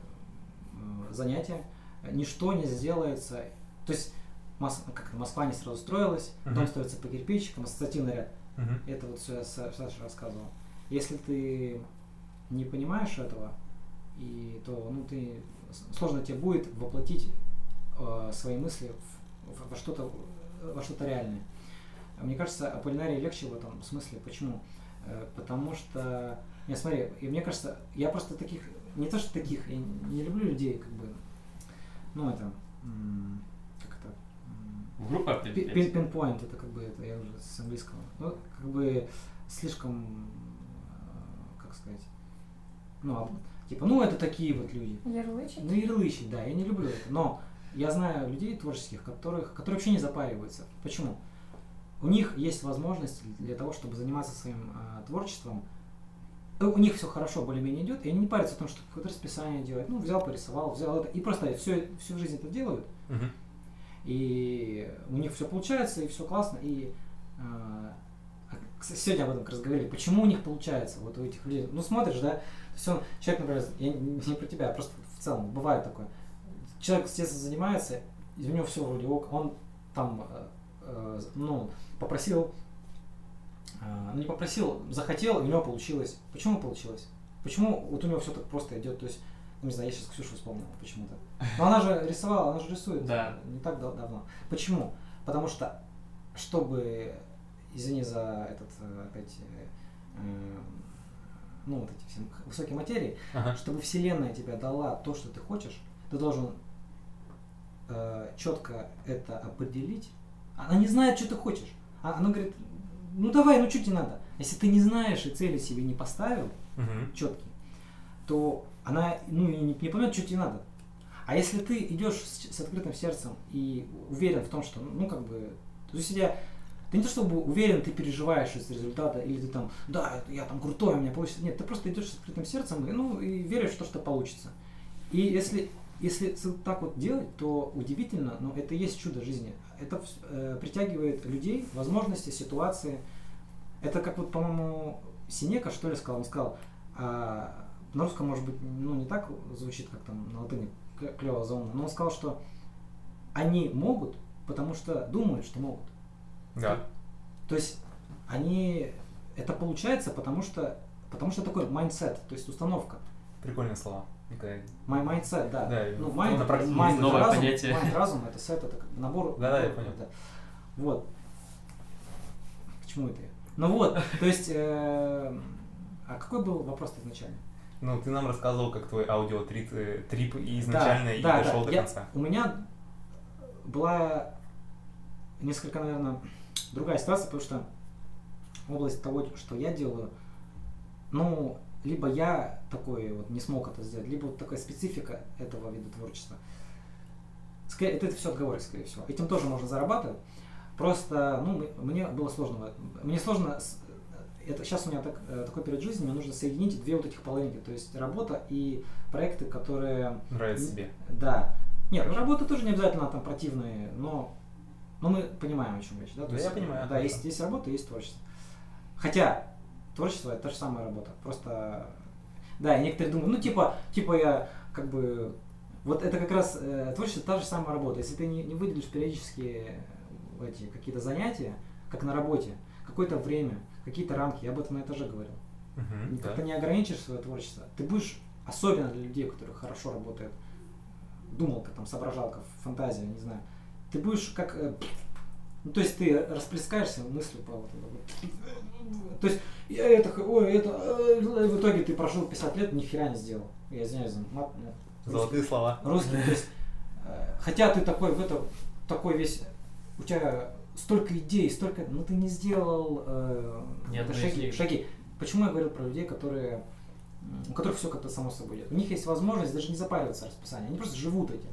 э, занятия. Ничто не сделается. То есть Мос- как это, Москва не сразу строилась, Мгм. дом строится по кирпичикам, ассоциативный ряд. Мгм. Это вот все я Са- Саша рассказывал. Если ты не понимаешь этого, и то ну, ты, с- сложно тебе будет воплотить э, свои мысли в- в- во что-то во что-то реальное. А мне кажется, Аполлинарии легче в этом смысле. Почему? Э, потому что, не, смотри, и мне кажется, я просто таких, не то что таких, я не люблю людей, как бы, ну это, м, как это, м, В группу Пин- определять. пин- Pinpoint, это как бы, это я уже с английского. Ну, как бы, слишком, э, как сказать, ну, об- типа, ну, это такие вот люди. Ярлычить? Ну, ярлычить, да, я не люблю это. Но я знаю людей творческих, которых, которые вообще не запариваются. Почему? У них есть возможность для того, чтобы заниматься своим э, творчеством. Э, У них все хорошо, более-менее идет, и они не парятся о том, что какое-то расписание делать. Ну, взял, порисовал, взял это. И просто все, всю жизнь это делают. Мгм. И у них все получается, и все классно. И э, а, кстати, сегодня об этом как раз говорили. Почему у них получается, вот у этих людей? Ну, смотришь, да, то есть он, человек, например, я не, не про тебя, а просто в целом, бывает такое. Человек, естественно, занимается, и у него все вроде ок, он там, э, э, ну, попросил, э, ну, не попросил, захотел, и у него получилось. Почему получилось? Почему вот у него все так просто идет? То есть, ну, не знаю, я сейчас Ксюшу вспомнил почему-то. Но она же рисовала, она же рисует Да. не так дав- давно. Почему? Потому что, чтобы, извини за этот, э, опять, э, э, ну, вот эти все высокие материи, Ага. чтобы Вселенная тебе дала то, что ты хочешь, ты должен э, четко это определить. Она не знает, что ты хочешь. А она говорит, ну давай, ну что тебе надо? Если ты не знаешь и цели себе не поставил Мгм. четкие, то она ну, и не, не поймет, что тебе надо. А если ты идешь с, с открытым сердцем и уверен в том, что, ну, как бы, то есть я, ты не то чтобы уверен, ты переживаешь из результата, или ты там, да, это я там крутой, у меня получится. Нет, ты просто идешь с открытым сердцем и, ну, и веришь в то, что получится. И если, если так вот делать, то удивительно, но это и есть чудо жизни. Это вс- э, притягивает людей, возможности, ситуации. Это как вот, по-моему, Синека, что ли, сказал, он сказал, а, на русском, может быть, ну, не так звучит, как там на латыни, к- клево заумно, но он сказал, что они могут, потому что думают, что могут. Да. То есть они, это получается, потому что, потому что такой майндсет, то есть установка. Прикольные слова. Никогда. Май майндсет, да. Да, ну, и майнд, на практике майнд есть это новое разум, понятие. майнд, разум, это сет, это как бы набор. Да, да, я набор, понял. да. Вот. К чему это я? Ну вот, то есть, э, а какой был вопрос-то изначально? Ну, ты нам рассказывал, как твой аудиотрип э, трип изначально и да, дошел да. до Я- конца. У меня была несколько, наверное, другая ситуация, потому что область того, что я делаю, ну, либо я такой вот не смог это сделать, либо вот такая специфика этого вида творчества. Скорее, это, это все отговорки, скорее всего. Этим тоже можно зарабатывать. Просто, ну, м- мне было сложно. Мне сложно, с- это сейчас у меня так, э, такой период жизни, мне нужно соединить две вот этих половинки, то есть работа и проекты, которые Нравится М, себе. Да. Нет, ну работа тоже не обязательно там противные, но, но мы понимаем, о чем речь. Да, То Да, есть, я понимаю, Да, да. есть, есть работа, есть творчество. Хотя творчество это та же самая работа. Просто, да, и некоторые думают, ну типа, типа я как бы, вот это как раз э, творчество та же самая работа. Если ты не, не выделишь периодически эти какие-то занятия, как на работе, какое-то время, какие-то рамки, я об этом на этаже говорил. Мгм, да. Как-то не ограничишь свое творчество. Ты будешь, особенно для людей, у которых хорошо работает думалка, там, соображалка, фантазия, не знаю, ты будешь как... э, ну, то есть ты расплескаешься мыслью по вот, вот. То есть я это, ой, это... э, в итоге ты прожил пятьдесят лет, ни хера не сделал. Я извиняюсь за мат, ну, Золотые слова. русский, то есть, э, хотя ты такой в это, такой весь, у тебя столько идей, столько, ну ты не сделал э, Ни это одной из шаги, них. шаги. Почему я говорил про людей, которые, м, у которых все как-то само собой идет? У них есть возможность даже не запариваться расписанием, они просто живут этим.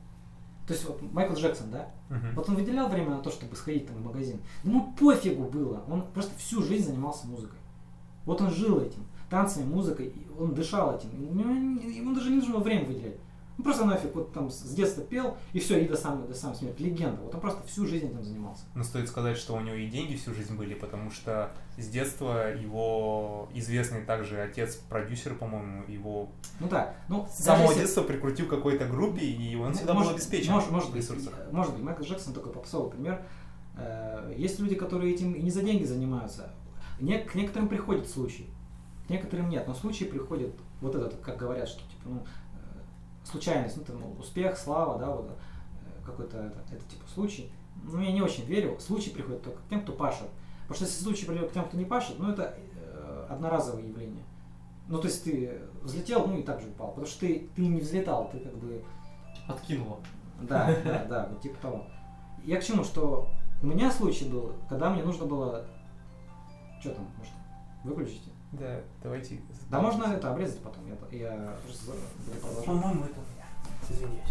То есть вот Майкл Джексон, да? Мгм. Вот он выделял время на то, чтобы сходить там в магазин. Ему пофигу было, он просто всю жизнь занимался музыкой. Вот он жил этим, танцами, музыкой, и он дышал этим. У него не- Ему даже не нужно было время выделять. Ну просто нафиг, вот там с детства пел, и все, и до самой, до самой смерти. Легенда. Вот он просто всю жизнь этим занимался. Но стоит сказать, что у него и деньги всю жизнь были, потому что с детства его известный также отец-продюсер, по-моему, его Ну да, ну с даже самого если- детства прикрутил к какой-то группе, и он Ну, всегда может, был обеспечен Может, может в быть, ресурсах. может быть, Майкл Джексон такой попсовый пример. Э, Есть люди, которые этим и не за деньги занимаются. Не- К некоторым приходит случай, к некоторым нет. Но случай приходит, вот этот, как говорят, что типа, ну, э, случайность, ну там успех, слава, да, вот э, какой-то это, это типа случай. Ну, я не очень верю. Случай приходит только к тем, кто пашет. Потому что если случай придет к тем, кто не пашет, ну это э, одноразовое явление. Ну, то есть ты взлетел, ну и так же упал. Потому что ты, ты не взлетал, ты как бы Откинуло. да, да, да, вот типа того. Я к чему, что у меня случай был, когда мне нужно было, что там, может, Выключите. Да, давайте. Да можно это обрезать потом, я, я просто буду продолжать. По-моему, это у меня. Извиняюсь.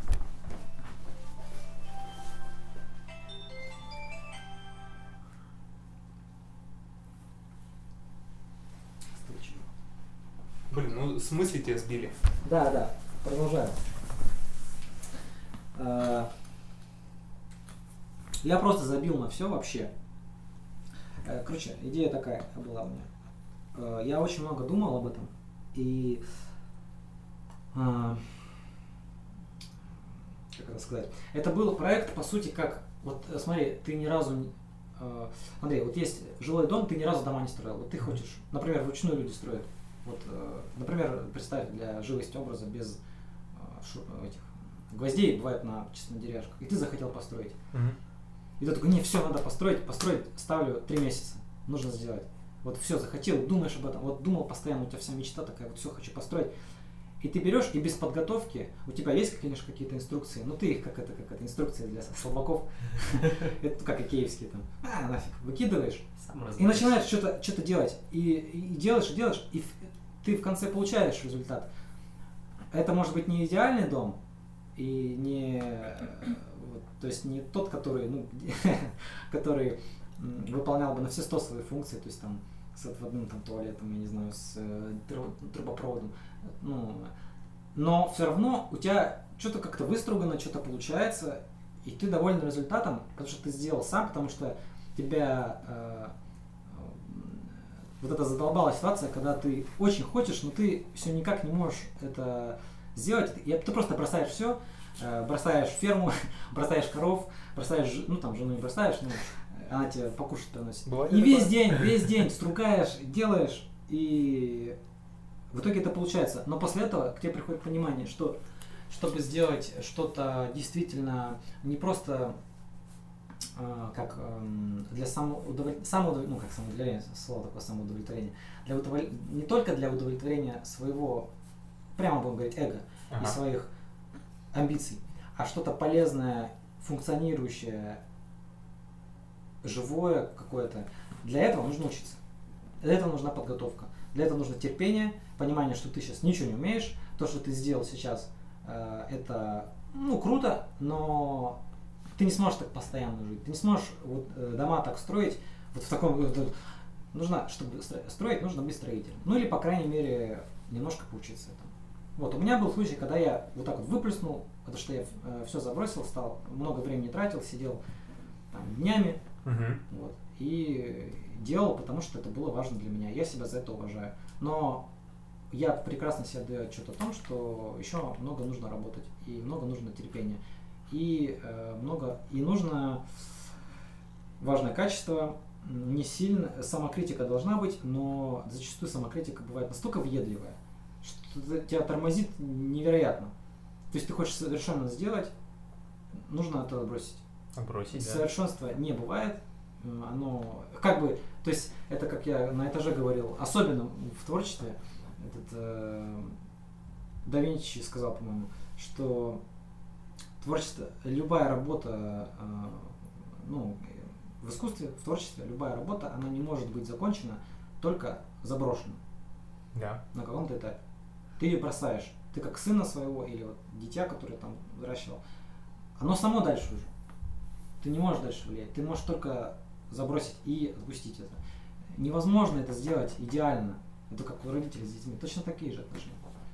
Блин, ну в смысле тебя сбили? Да, да, продолжаю. А, Я просто забил на все вообще. Э, Короче, идея такая была у меня. Э, Я очень много думал об этом. И а, как это сказать? Это был проект, по сути, как вот э, смотри, ты ни разу не- э, Андрей, вот есть жилой дом, ты ни разу дома не строил. Вот ты хочешь, например, вручную люди строят. Вот, э, например, представь для живости образа без э, шу- этих гвоздей, бывает на чисто на деревяшках, и ты захотел построить. И ты такой, не, все, надо построить, построить, ставлю три месяца, нужно сделать. Вот все, захотел, думаешь об этом, вот думал постоянно, у тебя вся мечта такая, вот все, хочу построить. И ты берешь, и без подготовки, у тебя есть, конечно, какие-то инструкции, но ты их, как это, как это, инструкции для слабаков, это как икеевские там, а, нафиг, выкидываешь, и начинаешь что-то что-то делать, и, и делаешь, и делаешь, и в- ты в конце получаешь результат. Это может быть не идеальный дом, и не, вот, то есть не тот, который, ну, который м, выполнял бы на все сто свои функции, то есть там с отводным там туалетом, я не знаю, с э, тру- трубопроводом, ну, но все равно у тебя что-то как-то выстругано, что-то получается, и ты доволен результатом, потому что ты сделал сам, потому что тебя э, вот это задолбала ситуация, когда ты очень хочешь, но ты все никак не можешь это сделать, и ты просто бросаешь все, бросаешь ферму, бросаешь коров, бросаешь, жи- ну там жену не бросаешь, но она тебе покушать приносит. Бывает И такое? весь день, весь день стругаешь, делаешь, и в итоге это получается. Но после этого к тебе приходит понимание, что чтобы сделать что-то действительно не просто э, как эм, для самоудовлетворения, самоудовлет- ну как самоудовлетворение, слово такое самоудовлетворение, для удоволь- не только для удовлетворения своего, прямо будем говорить, эго и Ага. своих амбиций, а что-то полезное, функционирующее, живое какое-то, для этого нужно учиться. Для этого нужна подготовка. Для этого нужно терпение, понимание, что ты сейчас ничего не умеешь, то, что ты сделал сейчас, э, это, ну, круто, но ты не сможешь так постоянно жить. Ты не сможешь вот, э, дома так строить, вот в таком, вот, вот, нужно, чтобы стро- строить, нужно быть строителем. Ну или, по крайней мере, немножко поучиться этому. Вот, у меня был случай, когда я вот так вот выплеснул, потому что я э, все забросил, стал, много времени тратил, сидел там днями, Мгм. вот, и делал, потому что это было важно для меня. Я себя за это уважаю. Но я прекрасно себе отдаю отчет о том, что еще много нужно работать, и много нужно терпения, и э, много, и нужно важное качество, м, не сильно, самокритика должна быть, но зачастую самокритика бывает настолько въедливая, что т- тебя тормозит невероятно. То есть ты хочешь совершенно сделать, нужно это отбросить. Отбросить, да. Совершенства не бывает, э, оно как бы, то есть это как я на этаже говорил, особенно в творчестве, этот э, да Винчи сказал, по-моему, что творчество, любая работа, э, ну, в искусстве, в творчестве, любая работа, она не может быть закончена, только заброшена Да. на каком-то этапе. Ты ее бросаешь, ты как сына своего или вот дитя, которое там выращивал, оно само дальше уже. Ты не можешь дальше влиять, ты можешь только забросить и отпустить это. Невозможно это сделать идеально. Это как у родителей с детьми, точно такие же отношения.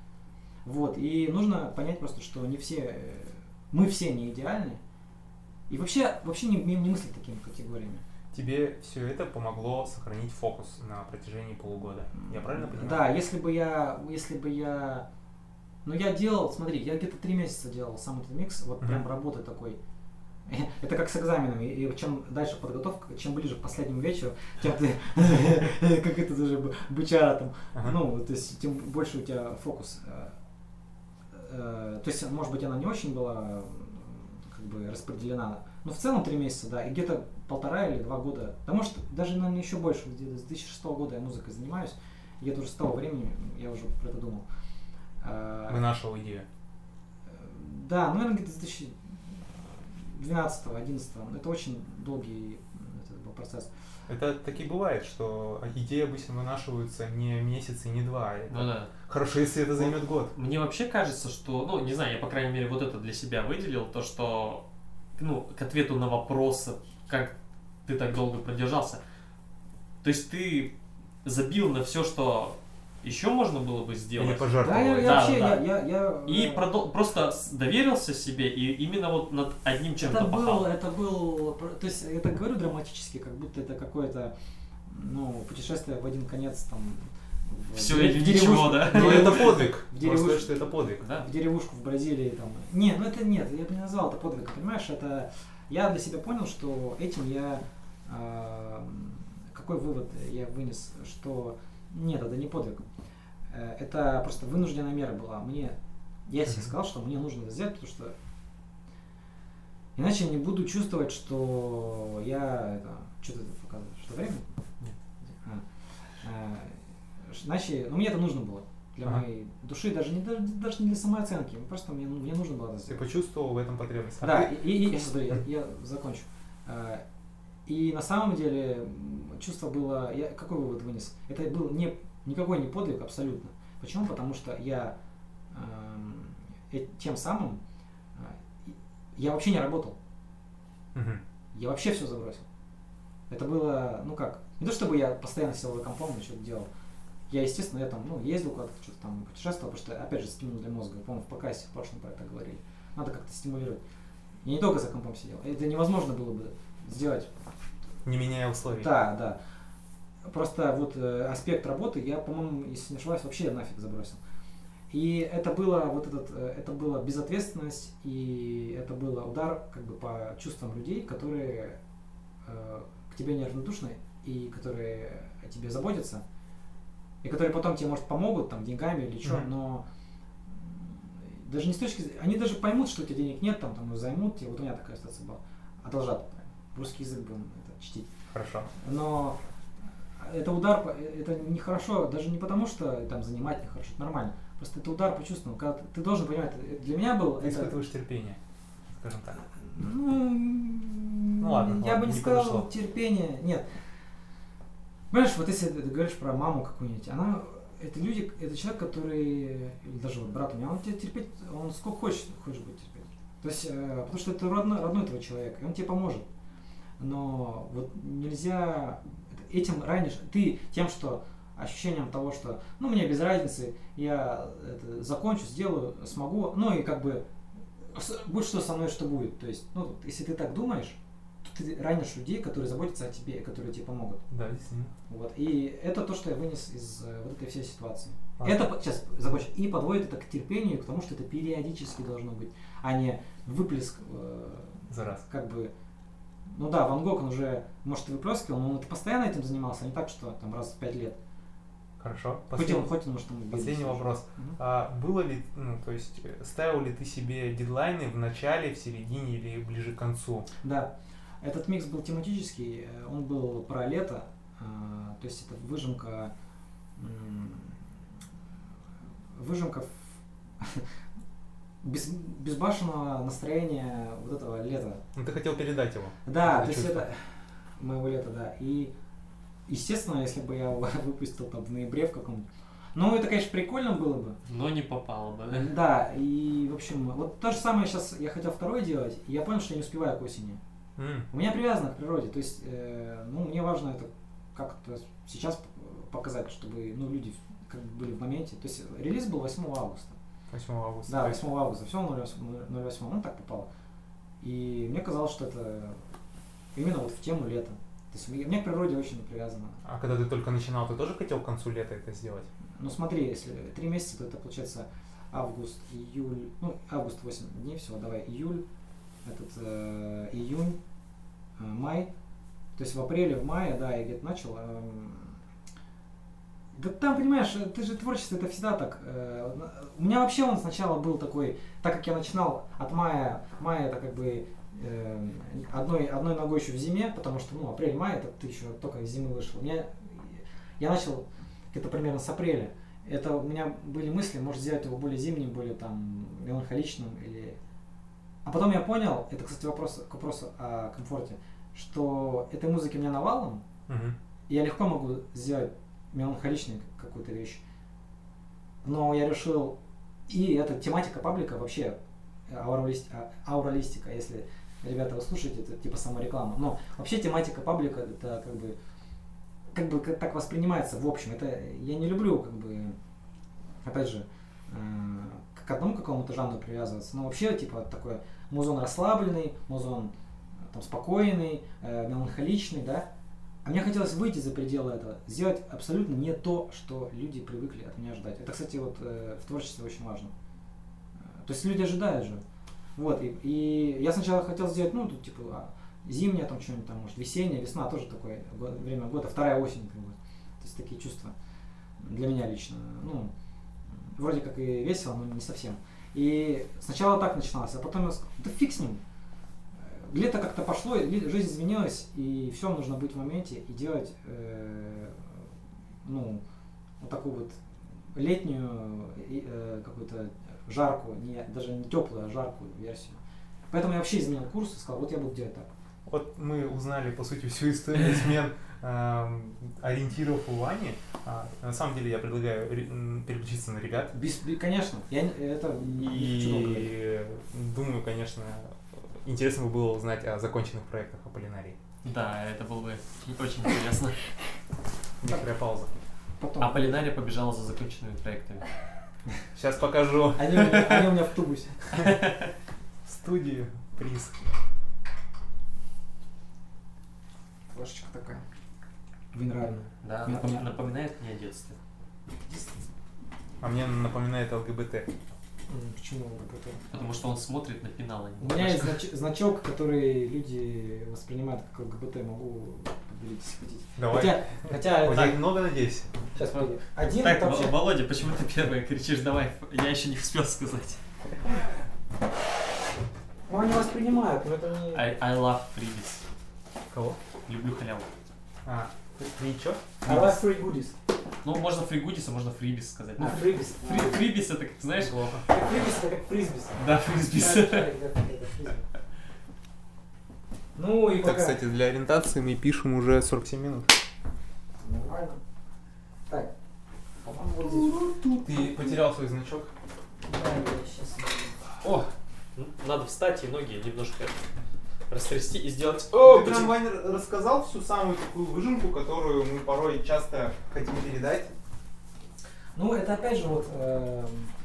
Вот, и нужно понять просто, что не все, э, мы все не идеальны, и вообще, вообще не, не, не мыслить такими категориями. Тебе все это помогло сохранить фокус на протяжении полугода. Я правильно понимаю? Да, если бы я, если бы я, ну я делал, смотри, я где-то три месяца делал сам этот микс, вот прям Мгм. работы такой. Это как с экзаменами, и чем дальше подготовка, чем ближе к последнему вечеру, тем ты, как это даже бы- бычара там, Ага. ну, то есть тем больше у тебя фокус. э, э, То есть, может быть, она не очень была м, как бы распределена, но в целом три месяца, да, и где-то полтора или два года, да может даже, наверное, еще больше, где-то с две тысячи шестого года я музыкой занимаюсь, и где-то уже с того времени я уже про это думал. Э, Мы нашел идею. Да, ну, наверное, где-то с две тысячи двенадцатого, одиннадцатого. Это очень долгий м, это был процесс. Это таки бывает, что идеи обычно вынашиваются не месяц и не два. Это Ну да. хорошо, если это займет год. Мне вообще кажется, что, ну, не знаю, я, по крайней мере, вот это для себя выделил, то, что, ну, к ответу на вопрос, как ты так долго продержался. То есть ты забил на все, что еще можно было бы сделать. Или пожертвовать. Да, я, я Да, вообще, да. я, я, я, И э, продол- просто с- доверился себе и именно вот над одним чем-то это был, пахал. это был, то есть я так говорю драматически, как будто это какое-то, ну, путешествие в один конец там. в Все дерев- или в ничего, деревушку- да? Ну это подвиг. В Можно деревушку. сказать, что это подвиг. Да. в деревушку в Бразилии там. Не, ну это нет, я бы не назвал это подвигом, понимаешь, это я для себя понял, что этим я э, какой вывод я вынес, что нет, это не подвиг. Э, Это просто вынужденная мера была. Мне я себе Мгм. сказал, что мне нужно это сделать, потому что иначе я не буду чувствовать, что я это что ты показываешь, что время? Нет. А, э, иначе, ну мне это нужно было для Ага. моей души, даже не даже, даже не для самооценки, просто мне, мне нужно было это Ты сделать. почувствовал в этом потребность. А Да, ты- и, и- и- смотри, я, я закончу. А, И на самом деле м, чувство было, я какой вывод вынес? Это был не, никакой не подвиг абсолютно. Почему? Потому что я эм, э, тем самым э, и- я вообще не работал, Мгм. я вообще все забросил. Это было, ну как, не то чтобы я постоянно сидел за компом и что-то делал. Я, естественно, я там, ну, ездил куда-то, что-то там путешествовал, потому что, опять же, стимул для мозга. По-моему, в подкасте в прошлом про это говорили. Надо как-то стимулировать. Я не только за компом сидел. Это невозможно было бы сделать. Не меняя условий. Да, да. Просто вот э, аспект работы я, по-моему, если не ошибаюсь, вообще нафиг забросил. И это было вот этот, э, это была безответственность, и это был удар как бы по чувствам людей, которые э, к тебе неравнодушны и которые о тебе заботятся, и которые потом тебе, может, помогут там деньгами или что, Мгм. но м, даже не с точки зрения, они даже поймут, что у тебя денег нет, там, там займут тебе, вот у меня такая ситуация была, одолжат, русский язык будем это, чтить. Хорошо. Но это удар, по- это нехорошо, даже не потому, что там занимать нехорошо, это нормально. Просто это удар по чувствам. Когда ты, ты должен понимать, это для меня был Ты это, испытываешь терпение, скажем так. ну, Ну ладно, я ладно, бы не не сказал подошло. терпение, нет. Понимаешь, вот если ты говоришь про маму какую-нибудь, она, это люди, это человек, который, или даже вот брат у меня, он тебя терпеть, он сколько хочет, хочешь будет терпеть. То есть, э, потому что это родной, родной твой человек, и он тебе поможет. Но вот нельзя этим ранишь, ты тем, что ощущением того, что, ну, мне без разницы, я это закончу, сделаю, смогу, ну, и как бы, с- будь что со мной, что будет. То есть, ну, если ты так думаешь, то ты ранишь людей, которые заботятся о тебе, и которые тебе помогут. Да, действительно. Вот. И это то, что я вынес из э, вот этой всей ситуации. Ладно. Это, по- сейчас, закончу, и подводит это к терпению, к тому, что это периодически должно быть, а не выплеск, э, За раз. как бы, ну да, Ван Гог, он уже, может, и выплескивал, но он это постоянно этим занимался, а не так, что там раз в пять лет. Хорошо. Хоть Последний, он, хоть он, может, там и последний бизнес вопрос. уже. Мгм. А было ли, ну, то есть, э, ставил ли ты себе дедлайны в начале, в середине или ближе к концу? Да, этот микс был тематический, э, он был про лето, э, то есть это выжимка, м, выжимка в- без, безбашенного настроения вот этого лета. Ну, ты хотел передать его. Да, Это то есть чувство. это моего лета, да. И естественно, если бы я его выпустил там в ноябре в каком-нибудь. Ну, это, конечно, прикольно было бы. Но не попало бы. да? Да, и в общем, вот то же самое сейчас я хотел второй делать, и я понял, что я не успеваю к осени. М, У меня привязано к природе, то есть, э, ну, мне важно это как-то сейчас п- показать, чтобы, ну, люди в- как бы были в моменте. То есть релиз был восьмого августа. восьмого августа. Да, восьмого августа, все ноль восьмого, ну так попало. И мне казалось, что это именно вот в тему лета. То есть мне мне к природе очень привязано. А когда ты только начинал, ты тоже хотел к концу лета это сделать? Ну смотри, если три месяца, то это получается август, июль, ну август восемь дней всего, давай июль, этот э, июнь, э, май. То есть в апреле, в мае, да, я где-то начал. эм, Да там, понимаешь, ты же творчество, это всегда так. э, на- У меня вообще он сначала был такой, так как я начинал от мая, мая это как бы э, одной, одной ногой еще в зиме, потому что, ну, апрель-май, это ты еще только из зимы вышел. У меня, я начал где-то примерно с апреля. Это у меня были мысли, может сделать его более зимним, более там меланхоличным или... А потом я понял, это, кстати, вопрос к вопросу о комфорте. что этой музыки у меня навалом, Мгм. и я легко могу сделать меланхоличную какую-то вещь. Но я решил, и эта тематика паблика вообще ауралист- а- ауралистика, если ребята вы слушаете, это типа самореклама. Но вообще тематика паблика это как бы как бы как- так воспринимается в общем. Это я не люблю как бы опять же э, к одному какому-то жанру привязываться. Но вообще типа такой музон расслабленный, музон э, там спокойный, э, меланхоличный, да. А мне хотелось выйти за пределы этого, сделать абсолютно не то, что люди привыкли от меня ждать. Это, кстати, вот э, в творчестве очень важно. Э, То есть люди ожидают же. Вот, и, и я сначала хотел сделать, ну, тут, типа, а, зимняя, там, что-нибудь там, может, весенняя, весна, тоже такое го- время года, вторая осень, как бы. То есть такие чувства для меня лично. Ну, вроде как и весело, но не совсем. И сначала так начиналось, а потом я сказал, да фиг с ним. Лето как-то пошло, ли- жизнь изменилась, и все, нужно быть в моменте и делать, э, ну, вот такую вот летнюю и, э, какую-то жаркую, не, даже не теплую, а жаркую версию. Поэтому я вообще изменил курс и сказал, вот я буду делать так. Вот мы узнали, по сути, всю историю смен эм, ориентиров у Вани. А, на самом деле я предлагаю ре- м, переключиться на ребят. Без, бе- конечно, я не- это не хочу долго говорить. И думаю, конечно, интересно бы было узнать о законченных проектах Аполлинарии. Да, это было бы очень интересно. Некоторая пауза. Потом. А Полинария побежала за законченными проектами. Сейчас покажу Они, у меня, они у меня в тубусе. студию, приз. Флешечка такая. Винральная. Да, Мне- напом- напоминает мне о детстве. А мне напоминает ЛГБТ. М, Почему ЛГБТ? Потому что он смотрит на пенал. а не У на меня есть флешку. знач- значок, который люди воспринимают как ЛГБТ. Могу поделить, если хотите. Давай. Хотя, хотя Вот это- так много, надеюсь? сейчас погоди. Один Так, это вообще... Вол- Володя, почему ты первый кричишь давай? Я еще не успел сказать. Ну, они воспринимают, но это не... I, I love freebies. Кого? Люблю халяву. А, ты чё? I love free goodies. Ну, можно фригудис, а можно фрибис сказать. А, фрибис. Фри, фрибис это, как, знаешь, Плохо. Как фрибис, это как фризбис. да, фризбис. Да, да, да, да, фризбис. Ну и Так, пока... кстати, для ориентации мы пишем уже сорок семь минут. Нормально. Так, по-моему, вот здесь. Ты потерял свой значок? Да, я сейчас... О, надо встать и ноги немножко растрясти и сделать... Ты прям, Ваня, рассказал всю самую такую выжимку, которую мы порой часто хотим передать. Ну, это опять же вот... эм,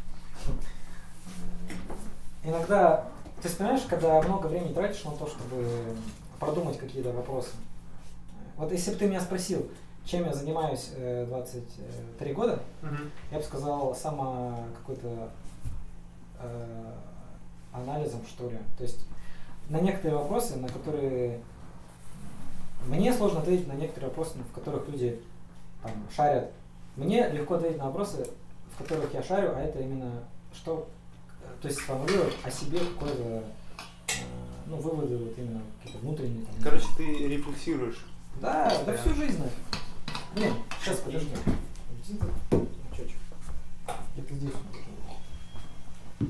иногда... Ты же понимаешь, когда много времени тратишь на то, чтобы продумать какие-то вопросы. Вот если бы ты меня спросил, чем я занимаюсь э, двадцать три года, я бы сказал само какой-то э, анализом, что ли. То есть на некоторые вопросы, на которые мне сложно ответить, на некоторые вопросы, в которых люди там, шарят. Мне легко ответить на вопросы, в которых я шарю, а это именно что, э, то есть сформулировать о себе какой-то, э, ну, выводы вот именно какие-то внутренние. Там, Короче, ты рефлексируешь. да, да, да. всю жизнь. нафиг. Блин, сейчас подожди. Где тут значочек? Где-то здесь он должен быть.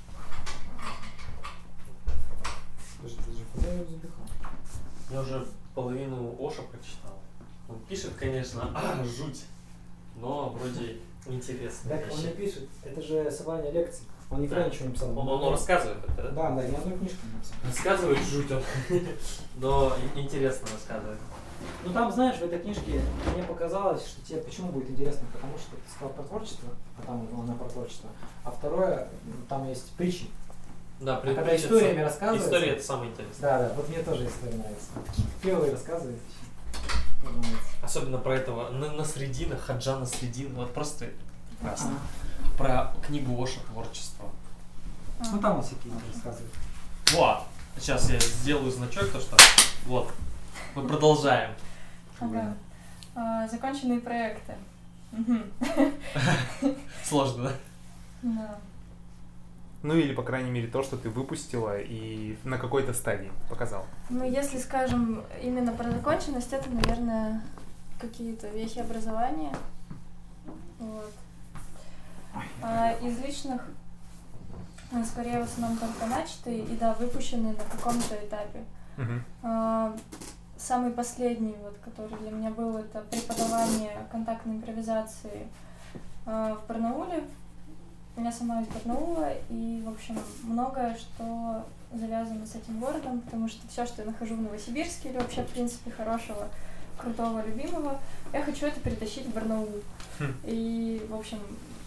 Подожди, подожди, куда я его запихал? Я уже половину Оша прочитал. Он пишет, конечно, а, жуть, но вроде интересно. Так, он не пишет, это же собрание лекций. Он никогда Да. ничего не писал. Он, он рассказывает это, да? Да, да, ни одной книжки не написал. Рассказывает жуть он, но и- интересно рассказывает. Ну там, знаешь, в этой книжке мне показалось, что тебе почему будет интересно, потому что ты сказал про творчество, а там она про творчество, а второе, м, там есть притчи. Да, А когда историями рассказывается... История это самое интересное. Да, да, вот мне тоже история нравится. Первый рассказывает еще. Мне нравится. Особенно про этого на, Насреддина, Хаджа Насреддин, вот просто прекрасно. А. Про книгу Оша «Творчество». Ну там он всякие рассказывает. Вот, сейчас я сделаю значок, то что, вот, мы продолжаем. Ага. А, законченные проекты. Мгм. Сложно, да? Да. Ну или, по крайней мере, то, что ты выпустила и на какой-то стадии показал. Ну, если скажем именно про законченность, это, наверное, какие-то вехи образования. Вот. А из личных, ну, скорее, в основном только начатые и, да, выпущенные на каком-то этапе. Мгм. А, Самый последний, вот, который для меня был, это преподавание контактной импровизации а, в Барнауле. Я сама из Барнаула, и, в общем, многое, что завязано с этим городом, потому что все, что я нахожу в Новосибирске, или вообще, в принципе, хорошего, крутого, любимого, я хочу это перетащить в Барнаул. Хм. И, в общем,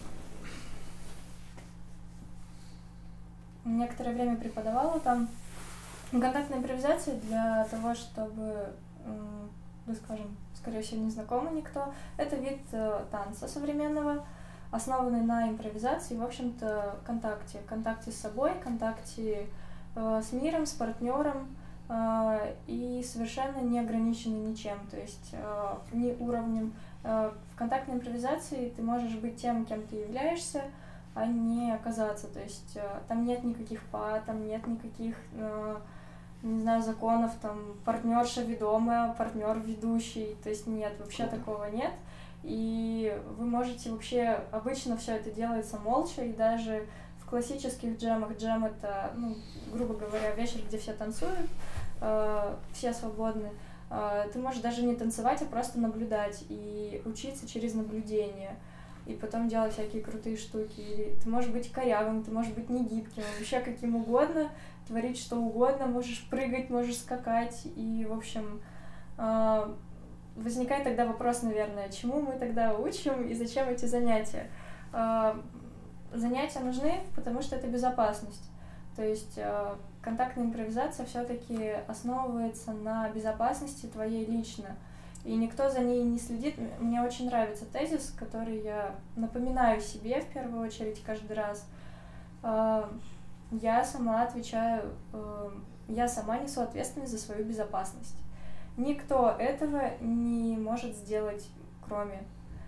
некоторое время преподавала там. Контактная импровизация для того, чтобы, м, ну, скажем, скорее всего, не знакомый никто, это вид э, танца современного, основанный на импровизации, в общем-то, контакте. Контакте с собой, контакте э, с миром, с партнером, э, и совершенно не ограниченный ничем, то есть э, ни уровнем. Э, в контактной импровизации ты можешь быть тем, кем ты являешься, а не оказаться. То есть э, там нет никаких па, там нет никаких, э, не знаю, законов, там партнерша ведомая, партнер ведущий. То есть нет, вообще Круто. такого нет. И вы можете вообще, обычно все это делается молча, и даже в классических джемах, джем это, ну, грубо говоря, вечер, где все танцуют, э, все свободны, э, ты можешь даже не танцевать, а просто наблюдать и учиться через наблюдение. И потом делать всякие крутые штуки. Или ты можешь быть корявым, ты можешь быть негибким, вообще каким угодно, творить что угодно, можешь прыгать, можешь скакать. И, в общем, э, возникает тогда вопрос, наверное, чему мы тогда учим и зачем эти занятия? Э, занятия нужны, потому что это безопасность. То есть э, контактная импровизация все-таки основывается на безопасности твоей лично. И никто за ней не следит. Мне очень нравится тезис, который я напоминаю себе в первую очередь каждый раз. Я сама отвечаю, я сама несу ответственность за свою безопасность. Никто этого не может сделать, кроме.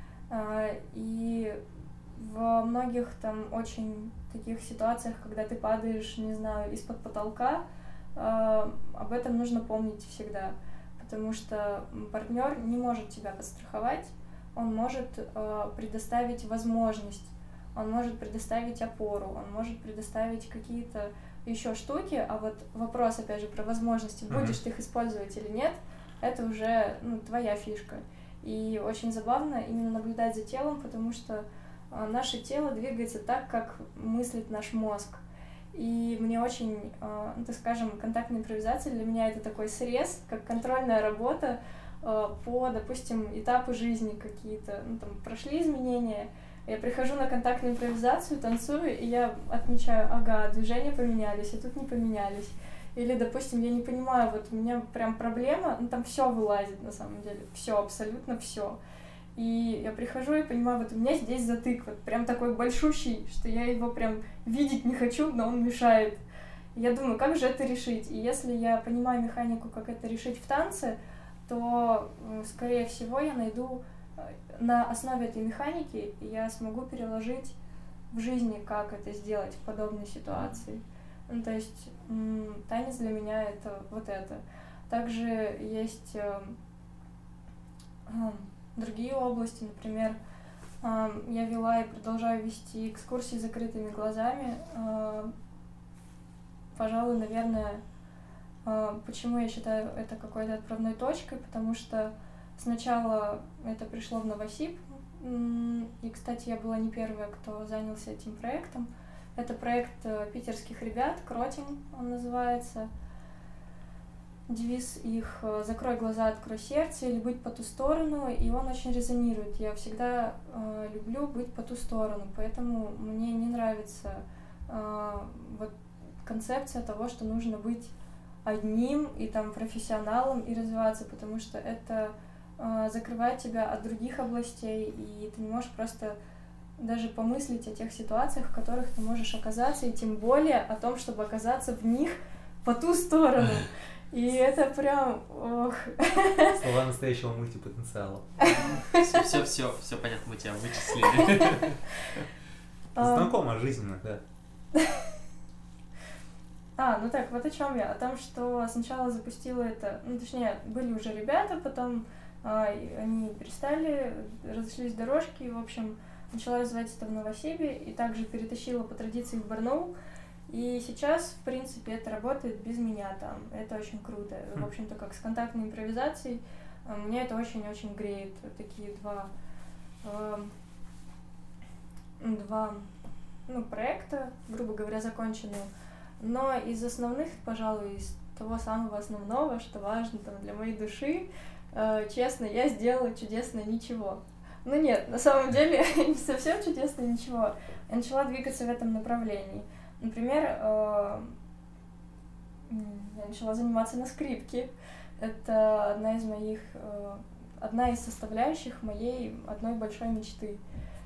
И во многих там очень таких ситуациях, когда ты падаешь, не знаю, из-под потолка, об этом нужно помнить всегда. Потому что партнер не может тебя подстраховать, он может э, предоставить возможность, он может предоставить опору, он может предоставить какие-то еще штуки, а вот вопрос, опять же, про возможности, Mm-hmm. будешь ты их использовать или нет, это уже, ну, твоя фишка. И очень забавно именно наблюдать за телом, потому что э, наше тело двигается так, как мыслит наш мозг. И мне очень, ну, так скажем, контактная импровизация для меня это такой срез, как контрольная работа по, допустим, этапу жизни какие-то, ну, там, прошли изменения, я прихожу на контактную импровизацию, танцую, и я отмечаю, ага, движения поменялись, а тут не поменялись. Или, допустим, я не понимаю, вот у меня прям проблема, ну, там все вылазит на самом деле, все, абсолютно все. И я прихожу и понимаю, вот у меня здесь затык, вот прям такой большущий, что я его прям видеть не хочу, но он мешает. И я думаю, как же это решить? И если я понимаю механику, как это решить в танце, то, скорее всего, я найду на основе этой механики, я смогу переложить в жизни, как это сделать в подобной ситуации. Ну, то есть танец для меня это вот это. Также есть другие области, например, я вела и продолжаю вести экскурсии с закрытыми глазами. Пожалуй, наверное, почему я считаю это какой-то отправной точкой, потому что сначала это пришло в Новосиб, и, кстати, я была не первая, кто занялся этим проектом. Это проект питерских ребят, Кротинг он называется. Девиз их «Закрой глаза, открой сердце» или «Быть по ту сторону», и он очень резонирует. Я всегда э, люблю быть по ту сторону, поэтому мне не нравится э, вот концепция того, что нужно быть одним и там профессионалом и развиваться, потому что это э, закрывает тебя от других областей, и ты не можешь просто даже помыслить о тех ситуациях, в которых ты можешь оказаться, и тем более о том, чтобы оказаться в них по ту сторону. И это прям, ох. Слова настоящего мультипотенциала. Все, все, все, все понятно, мы тебя вычислили. Знакомо жизненно, да. А, ну так, вот о чем я. О том, что сначала запустила это, ну, точнее, были уже ребята, потом а, они перестали, разошлись дорожки, и, в общем, начала развивать это в Новосибе, и также перетащила по традиции в Барнаул. И сейчас, в принципе, это работает без меня там. Это очень круто. В Хм. общем-то, как с контактной импровизацией, э, мне это очень-очень греет. Вот такие два, э, два ну, проекта, грубо говоря, законченные. Но из основных, пожалуй, из того самого основного, что важно там для моей души, э, честно, я сделала чудесное ничего. Ну нет, на самом деле не совсем чудесное ничего. Я начала двигаться в этом направлении. Например, э, я начала заниматься на скрипке. Это одна из моих, э, одна из составляющих моей одной большой мечты.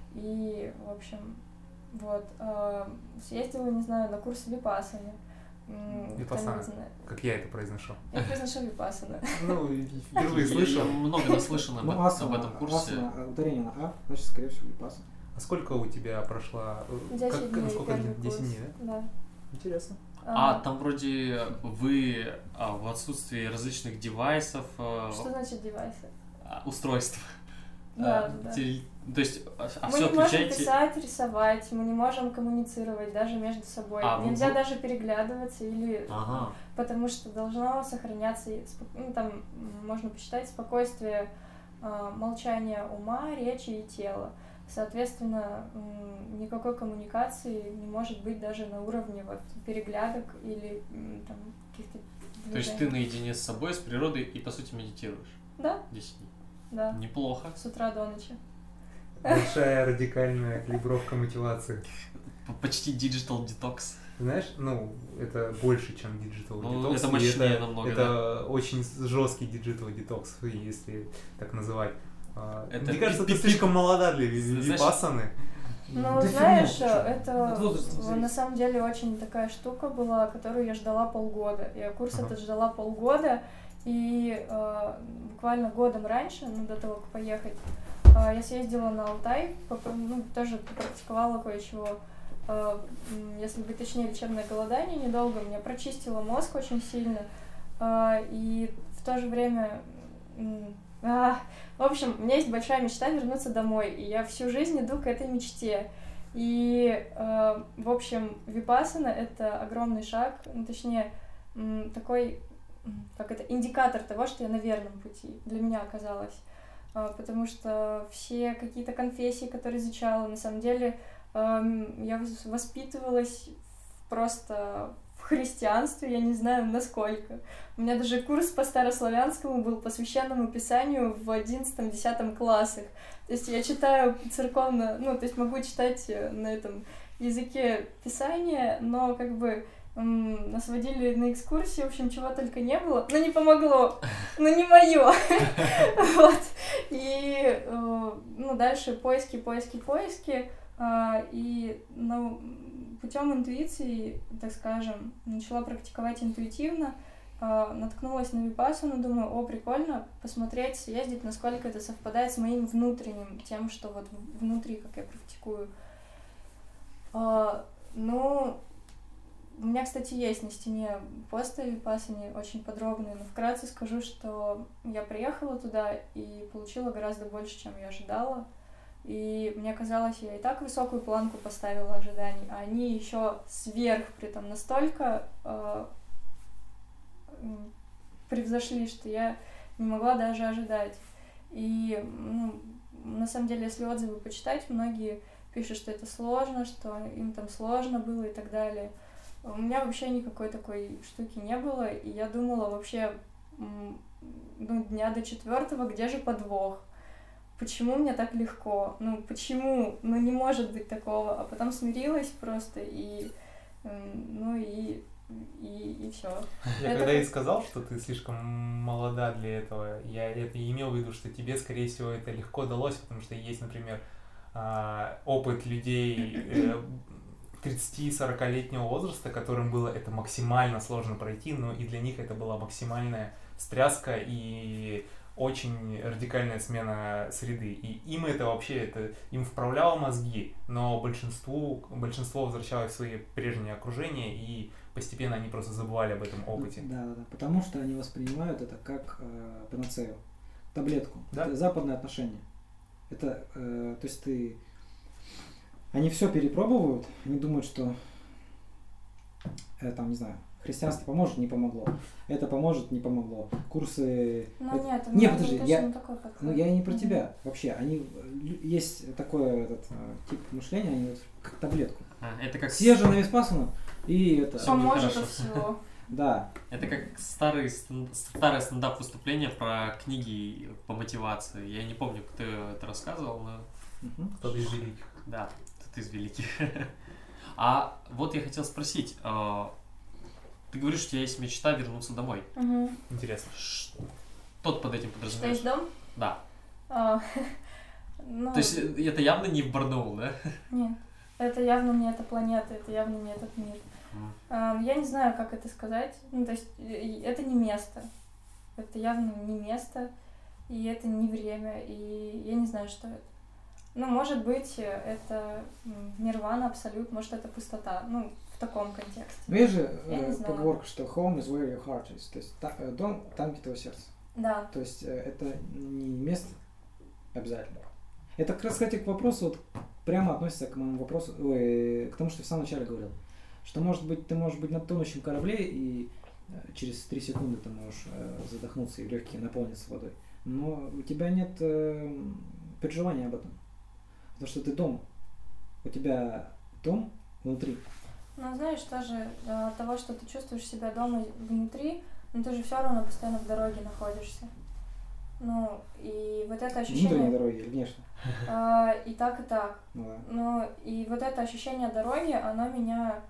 И, в общем, вот, э, съездила, не знаю, на курс випассаны. Випассана, как я это произношу. Я произношу випассана. Ну, впервые Я слышал. много наслышан об Ну, об асана, этом курсе. асана, ударение на А, значит, скорее всего, випассана. А сколько у тебя прошло? десять Как, дней, насколько первый десять курс. дней, да? Да. Интересно. А там вроде вы а, в отсутствии различных девайсов, а, Что значит девайсы? а, устройств. Да, а, да. те- То есть, а, а Мы все не можем отключаете. писать, рисовать, мы не можем коммуницировать даже между собой. А, вы- Нельзя вы- даже переглядываться или... Ага. Потому что должно сохраняться, и спо- ну, там м, можно посчитать спокойствие, э, молчание ума, речи и тела. Соответственно, м, никакой коммуникации не может быть даже на уровне вот, переглядок или м, там, каких-то движений. То есть ты наедине с собой, с природой и по сути медитируешь Да, десять дней. да, Неплохо. с утра до ночи. Большая радикальная калибровка мотивации. П- Почти digital detox. Знаешь, ну, это больше, чем digital Ну, detox. это и мощнее это, намного, Это очень жесткий digital detox, если так называть. А, Это Мне кажется, пи- ты пи- слишком молода для ви- Знаешь- випассаны. Ну, Да знаешь, фигня, ты это чё? От возраста не э, зависит. на самом деле очень такая штука была, которую я ждала полгода. Я курс Ага. этот ждала полгода, и э, буквально годом раньше, ну, до того, как поехать, э, я съездила на Алтай, поп- ну, тоже попрактиковала кое-чего. Э, м, если быть точнее, лечебное голодание недолго, меня прочистило мозг очень сильно, э, и в то же время... м, а, в общем, у меня есть большая мечта вернуться домой, и я всю жизнь иду к этой мечте. И, э, в общем, випассана — это огромный шаг, ну, точнее, м, такой, м, как это, индикатор того, что я на верном пути, для меня оказалось. Э, потому что все какие-то конфессии, которые изучала, на самом деле, эм, я вос- воспитывалась в- просто в христианстве, я не знаю насколько. У меня даже курс по старославянскому был по священному писанию в одиннадцатом-десятом классах. То есть я читаю церковно, ну, то есть могу читать э, на этом языке писания, но как бы м, нас водили на экскурсии, в общем, чего только не было, но не помогло, но не мое. Вот. И, э, ну, дальше поиски, поиски, поиски, а, и, ну, путем интуиции, так скажем, начала практиковать интуитивно, а, наткнулась на випассану, думаю, о, прикольно, посмотреть, съездить, насколько это совпадает с моим внутренним, тем, что вот в- внутри, как я практикую. А, ну, у меня, кстати, есть на стене посты випассаны очень подробные, но вкратце скажу, что я приехала туда и получила гораздо больше, чем я ожидала. И мне казалось, я и так высокую планку поставила ожиданий, а они еще сверх, при этом настолько э, м, превзошли, что я не могла даже ожидать. И, ну, на самом деле, если отзывы почитать, многие пишут, что это сложно, что им там сложно было и так далее. У меня вообще никакой такой штуки не было, и я думала вообще, м, ну, дня до четвертого, где же подвох? Почему мне так легко? Ну, почему? Ну, не может быть такого. А потом смирилась просто, и, м, ну, и, и, и все. Я Это когда как- и сказал, что ты слишком молода для этого, я это и имел в виду, что тебе, скорее всего, это легко далось, потому что есть, например, а, опыт людей э, тридцати-сорокалетнего возраста, которым было это максимально сложно пройти, но и для них это была максимальная встряска и очень радикальная смена среды. И им это вообще, это им вправляло мозги, но большинству, большинство возвращалось в свои прежние окружения, и постепенно они просто забывали об этом опыте. Да, да, да. Потому что они воспринимают это как э, панацею, таблетку. Да. Это западное отношение. Это, э, то есть ты... Они все перепробуют, они думают, что э, там, не знаю, христианство поможет, не помогло. Это поможет, не помогло. Курсы... Ну это... нет, у Не, меня подожди, был я... точно такой подход. Ну, я и не про Мгм. тебя вообще. Они... Есть такой этот, э, тип мышления, они вот как таблетку. А, это как... Съезжу на Виспассану, и это... Всё будет Поможет хорошо. от всего. Да. Это как старый, стен- старое стендап-выступление про книги по мотивации. Я не помню, кто это рассказывал, но Мгм. Кто-то из великих. да, тут из великих. А вот я хотел спросить, э, ты говоришь, что у тебя есть мечта вернуться домой. Мгм. Интересно. Что ты под этим Что подразумеваешь? есть дом? Да. А, Ну, То есть э, это явно не в Барнаул, да? нет. Это явно не эта планета, это явно не этот мир. Ам, Я не знаю, как это сказать. Ну, то есть э, это не место. Это явно не место, и это не время, и я не знаю, что это. Ну, может быть, э, это м, нирвана, абсолют, может, это пустота. Ну, в таком контексте. Ну, есть же Я не э, знаю. поговорка, что home is where your heart is. То есть та- э, дом там, где твое сердце. Да. То есть э, это не место обязательно. Это, как раз, кстати, к вопросу вот, прямо относится к моему вопросу, ой, к тому, что я в самом начале говорил. Что, может быть, ты можешь быть на тонущем корабле, и э, через три секунды ты можешь э, задохнуться, и легкие наполнятся водой. Но у тебя нет э, переживания об этом. Потому что ты дом. У тебя дом внутри. Ну, знаешь, тоже э, от того, что ты чувствуешь себя дома внутри, но ты же все равно постоянно в дороге находишься. Ну, и вот это Внутренней ощущение... дороги или внешней. э, И так, и так. Ну, да. Ну, и вот это ощущение дороги, оно меня,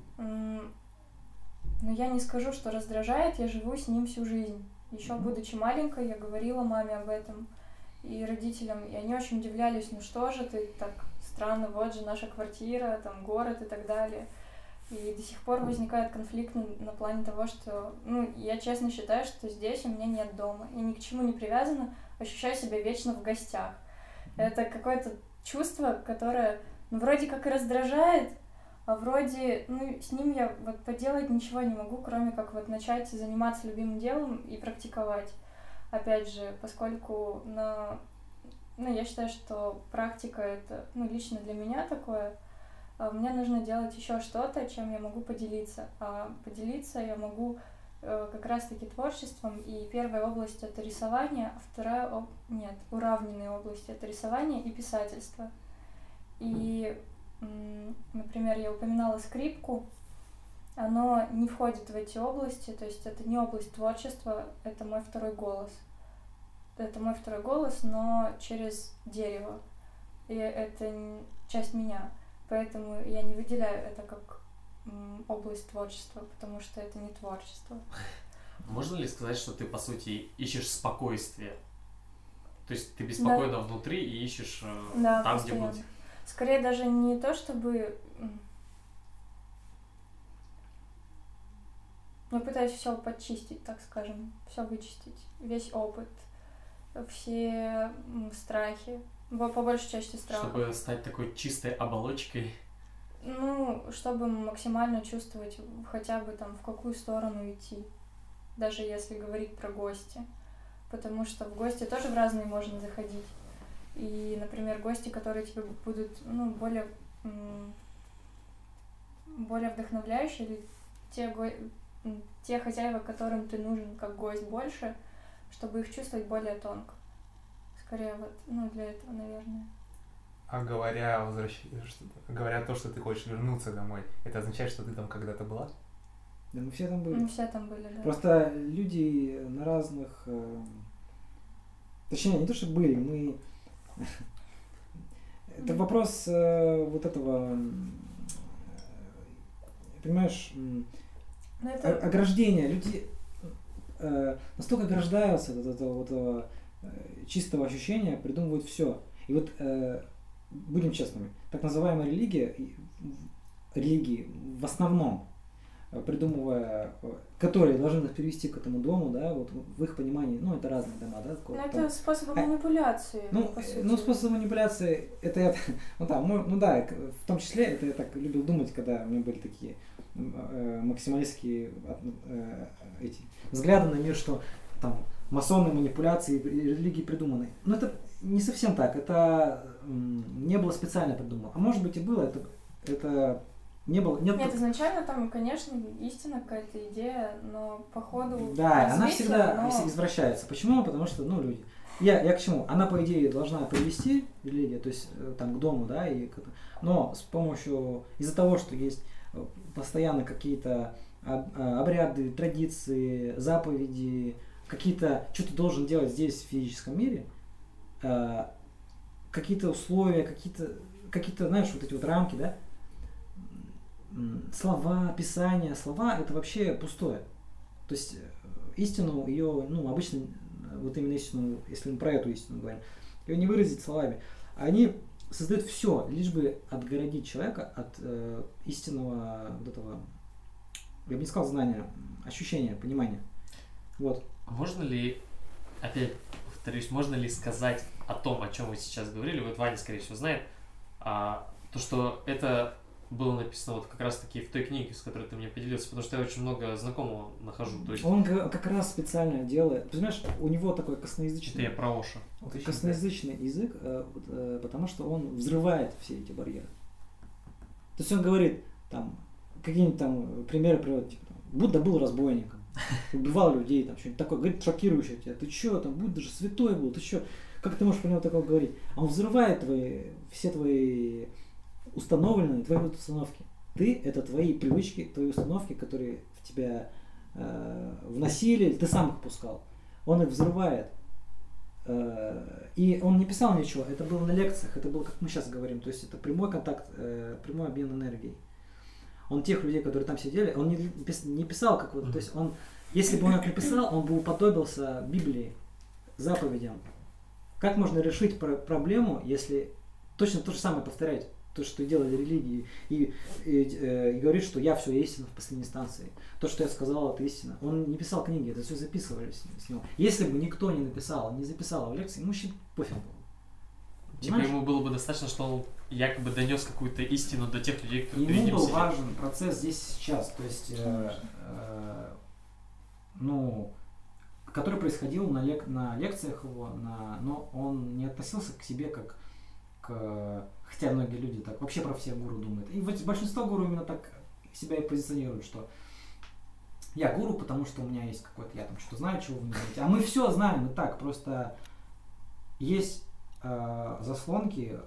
м, ну, я не скажу, что раздражает, я живу с ним всю жизнь. Еще Мгм. будучи маленькой, я говорила маме об этом и родителям, и они очень удивлялись, ну что же ты так странно, вот же наша квартира, там город и так далее. И до сих пор возникает конфликт на, на плане того, что, ну, я честно считаю, что здесь у меня нет дома. Я ни к чему не привязана, ощущаю себя вечно в гостях. Это какое-то чувство, которое, ну, вроде как и раздражает, а вроде, ну, с ним я вот поделать ничего не могу, кроме как вот начать заниматься любимым делом и практиковать. Опять же, поскольку на... Ну, я считаю, что практика — это, ну, лично для меня такое, а мне нужно делать еще что-то, чем я могу поделиться. А поделиться я могу э, как раз-таки творчеством, и первая область — это рисование, а вторая об... нет, уравненные области — это рисование и писательство. И, м, например, я упоминала скрипку, оно не входит в эти области, то есть это не область творчества, это мой второй голос. Это мой второй голос, но через дерево. И это н- часть меня. Поэтому я не выделяю это как м, область творчества, потому что это не творчество. Можно ли сказать, что ты, по сути, ищешь спокойствие? То есть ты беспокойна внутри и ищешь э, Да, там, где постоянно. будет. Скорее даже не то, чтобы... м, я пытаюсь все подчистить, так скажем, все вычистить. Весь опыт, все м, страхи, по, по большей части страхи. Чтобы стать такой чистой оболочкой. Ну, чтобы максимально чувствовать хотя бы там в какую сторону идти, даже если говорить про гости. Потому что в гости тоже в разные можно заходить. И, например, гости, которые тебе будут, ну, более, м, более вдохновляющие, или те, го... м, те хозяева, которым ты нужен как гость больше, чтобы их чувствовать более тонко. Скорее вот, ну, для этого, наверное. А говоря, возвращ... что- говоря то, что ты хочешь вернуться домой, это означает, что ты там когда-то была? Да мы все там были. Мы все там были, да. Просто люди на разных... э, Точнее, не то, что были, мы... Это Мгм. вопрос э, вот этого... м, э, Понимаешь, м, Но о- это... ограждения. Люди э, настолько ограждаются от этого вот, э, чистого ощущения, придумывают все. И вот э, будем честными, так называемая религия, и в- религии в основном, э, придумывая, э, которые должны нас привести к этому дому, да, вот в их понимании, ну это разные дома, да, Ну, какого-то это там. способ А, манипуляции, Ну, по э, сути. ну, способ манипуляции, это я, ну да, мо- ну да, к- в том числе, это я так любил думать, когда у меня были такие м, э, максималистские от- э, эти взгляды на мир, что там масонные манипуляции и религии придуманы. Но это не совсем так, это м, не было специально придумано. А может быть и было, это, это не было... Нет, Нет, изначально там, конечно, истина, какая-то идея, но по ходу да, она развития всегда оно- извращается. Почему? Потому что, ну, люди... Я, я к чему? Она, по идее, должна привести религия, то есть э, там к дому, да, и к- но с помощью... Из-за того, что есть э, постоянно какие-то об- э, обряды, традиции, заповеди, какие-то... Что ты должен делать здесь, в физическом мире, э, какие-то условия, какие-то, какие-то, знаешь, вот эти вот рамки, да, М, слова, писания, слова это вообще пустое. То есть э, истину ее, ну, обычно, э, вот именно истину, если мы про эту истину говорим, ее не выразить словами. Они создают все, лишь бы отгородить человека от э, истинного вот этого, я бы не сказал знания, ощущения, понимания. Вот. Можно ли, опять повторюсь, можно ли сказать о том, о чем вы сейчас говорили, вот Ваня, скорее всего, знает, а, то, что это было написано вот как раз-таки в той книге, с которой ты мне поделился, потому что я очень много знакомого нахожу. То есть Он га- как раз специально делает, понимаешь, у него такой это косноязычный, я про Оша. Вот очень косноязычный язык, э, вот, э, потому что он взрывает все эти барьеры. То есть он говорит, там, какие-нибудь там примеры приводит, типа, там, Будда был разбойником, убивал людей, там, что-нибудь такое, говорит, шокирующее тебя, ты чё, там, Будда же святой был, ты чё, как ты можешь про него такого говорить? А он взрывает твои, все твои установленные, твои вот установки. Ты — это твои привычки, твои установки, которые в тебя э, вносили, ты сам их пускал. Он их взрывает. Э, и он не писал ничего, это было на лекциях, это было, как мы сейчас говорим, то есть это прямой контакт, э, прямой обмен энергией. Он тех людей, которые там сидели, он не, пис- не писал, как вот, Мгм. то есть он, если бы он это написал, он бы уподобился Библии, заповедям. Как можно решить про- проблему, если точно то же самое повторять, то, что делали религии, и, и, э, и говорит, что я все истина в последней инстанции. То, что я сказал, это истина. Он не писал книги, это все записывали с, с него. Если бы никто не написал, не записал в лекции, ему вообще пофиг было. Типа Понимаешь? ему было бы достаточно, что он якобы донес какую-то истину до тех людей, кто перед Ему ним был сидит. важен процесс здесь и сейчас, то есть, э, э, ну, который происходил на, лек- на лекциях его, на, но он не относился к себе как к, хотя многие люди так вообще про всех гуру думают. И вот большинство гуру именно так себя и позиционируют, что я гуру, потому что у меня есть какой-то, я там что-то знаю, чего вы не знаете. А мы все знаем и так, просто есть э, заслонки,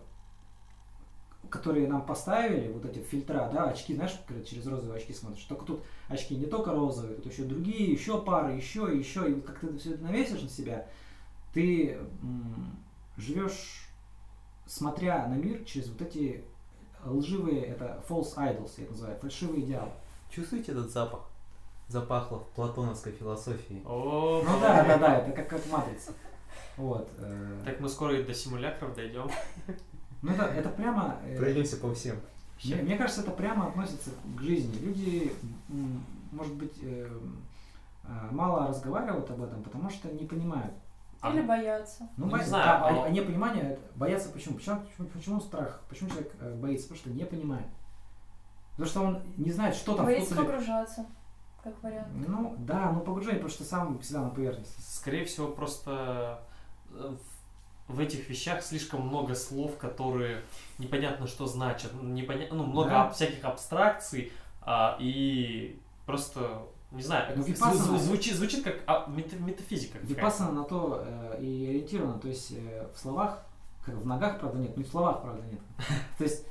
которые нам поставили, вот эти фильтра, да, очки, знаешь, когда через розовые очки смотришь, только тут очки не только розовые, тут еще другие, еще пары, еще, еще, и вот как ты все это навесишь на себя, ты м, живешь, смотря на мир через вот эти лживые, это false idols, я это называю, фальшивые идеалы. Чувствуете этот запах? Запахло в платоновской философии. О, Ну да, да, да, это как, как матрица. Вот. э, Так мы скоро и до симулякров дойдем. Ну это, это прямо... э, Пройдемся по всем. Мне, мне кажется, это прямо относится к жизни. Люди, м, может быть, э, э, мало разговаривают об этом, потому что не понимают. А- Или боятся. Ну, Не бо- знаю, да, а, но- а непонимание, это- боятся почему? Почему, почему? почему страх? Почему человек э, боится? Потому что не понимает. Потому что он не знает, что там Боится вкусно ли- погружаться, как вариант. Ну, да, ну погружение, потому что сам всегда на поверхности. Скорее всего, просто э, в в этих вещах слишком много слов, которые непонятно что значат, непонятно, ну, много Да. аб- всяких абстракций, а, и просто, не знаю, Ну, зв- випассана- зв- звучит, звучит как а, мета- метафизика. какая-то. Випассана на то э, и ориентирована, то есть э, в словах, как в ногах, правда, нет, ну и в словах, правда, нет. То есть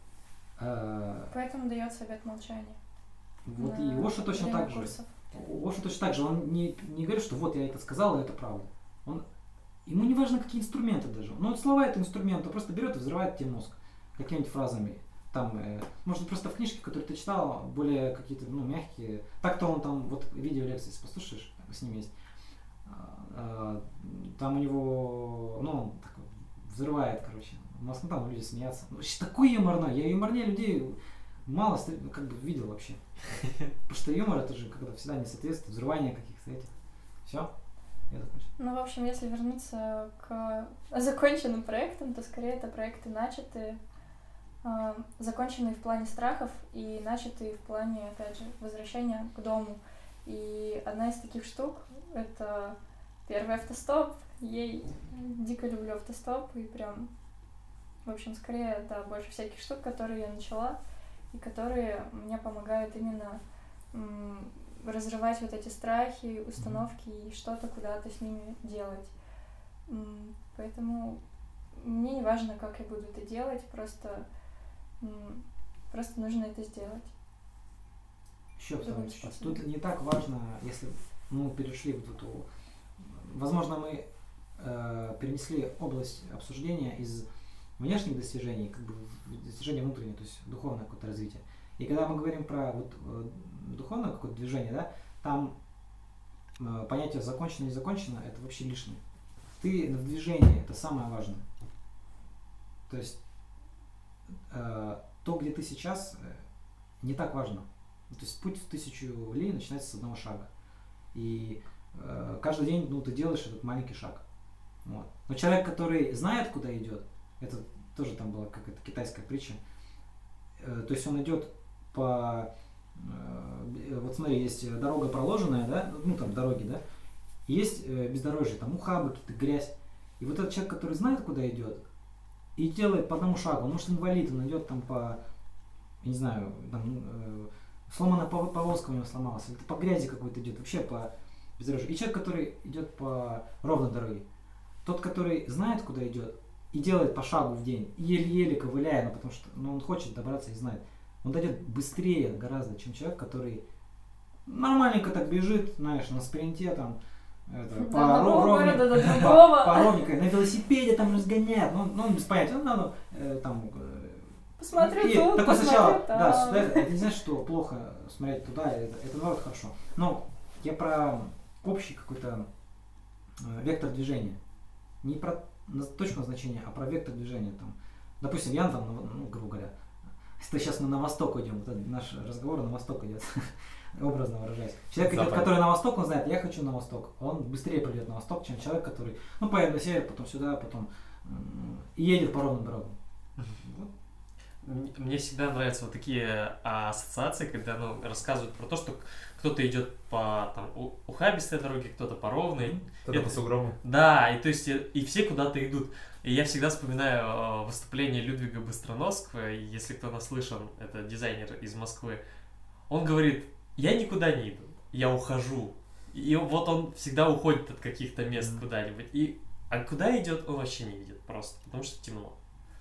э, Поэтому дает совет молчания. вот на и Оша точно время так же. курсов. Оша точно так же, он не, не говорит, что вот я это сказал, и это правда. Он, ему не важно, какие инструменты даже. Ну, вот слова это инструмент, он просто берет и взрывает тебе мозг какими-нибудь фразами. Там, э, может быть, просто в книжке, которую ты читал, более какие-то, ну, мягкие. Так-то он там, вот видеолекции, если послушаешь, с ним есть, а, а, там у него, ну, он такой взрывает, короче, мозг, ну, там люди смеются. Ну, вообще такой юморной, я юморнее людей мало встр- как бы видел вообще. Потому что юмор это же когда всегда несоответствие, взрывание каких-то этих. Все, я закончил. Ну, в общем, если вернуться к законченным проектам, то скорее это проекты начатые, э, законченные в плане страхов и начатые в плане, опять же, возвращения к дому. И одна из таких штук — это первый автостоп. Ей дико люблю автостоп, и прям, в общем, скорее, да, больше всяких штук, которые я начала. и которые мне помогают именно м, разрывать вот эти страхи, установки и что-то куда-то с ними делать. М, Поэтому мне не важно, как я буду это делать, просто, м, просто нужно это сделать. Еще Другой второй вопрос. способ. Тут не так важно, если мы перешли в эту... Возможно, мы э, перенесли область обсуждения из внешних достижений, как бы в достижения внутренние, то есть духовное какое-то развитие. И когда мы говорим про вот, э, духовное какое-то движение, да, там э, понятие закончено и незакончено это вообще лишнее. Ты в движении, это самое важное. То есть э, то, где ты сейчас, э, не так важно. То есть путь в тысячу лей начинается с одного шага. И э, каждый день ну, ты делаешь этот маленький шаг. Вот. Но человек, который знает, куда идет, это тоже там была какая-то китайская притча. Э, то есть он идет по... Э, вот смотри, есть дорога проложенная, да, ну там дороги, да, есть э, бездорожье, там ухабы, какие-то грязь. И вот этот человек, который знает, куда идет, и делает по одному шагу, он может инвалид, он идет там по, я не знаю, там, э, сломанная повозка у него сломалась, или по грязи какой-то идет, вообще по бездорожью. И человек, который идет по ровной дороге, тот, который знает, куда идет, и делает по шагу в день, еле-еле ковыляя, ну, потому что ну, он хочет добраться и знает, он дойдет быстрее гораздо, чем человек, который нормальненько так бежит, знаешь, на спринте там, это, До по, одного ровне- города до по, другого. по ровненькой, на велосипеде там разгоняет, ну, ну он без понятия, ну, надо, э, там, э, Посмотрю и тут, такой посмотрю сначала, там. да, сюда, это, это не значит, что плохо смотреть туда, это, это наоборот хорошо. Но я про общий какой-то э, вектор движения. Не про на- точку назначения, а про вектор движения. Там. Допустим, я там, ну, ну, грубо говоря, если сейчас мы на восток идем, вот этот наш разговор на восток идет, образно выражаясь. Человек идет, Запад. который на восток, он знает, я хочу на восток. Он быстрее придет на восток, чем человек, который, ну, поедет на север, потом сюда, потом м, и едет по ровным дорогам. Вот. М- Мне всегда нравятся вот такие а, ассоциации, когда ну, рассказывают про то, что кто-то идет по там, у- ухабистой дороге, кто-то по ровной. Это по Это- сугробу. Да, и то есть и, и все куда-то идут. И я всегда вспоминаю э, выступление Людвига Быстроносского, и если кто наслышан, это дизайнер из Москвы. Он говорит, я никуда не иду, я ухожу. И вот он всегда уходит от каких-то мест Мгм. куда-нибудь. И, а куда идет, он вообще не видит просто, потому что темно.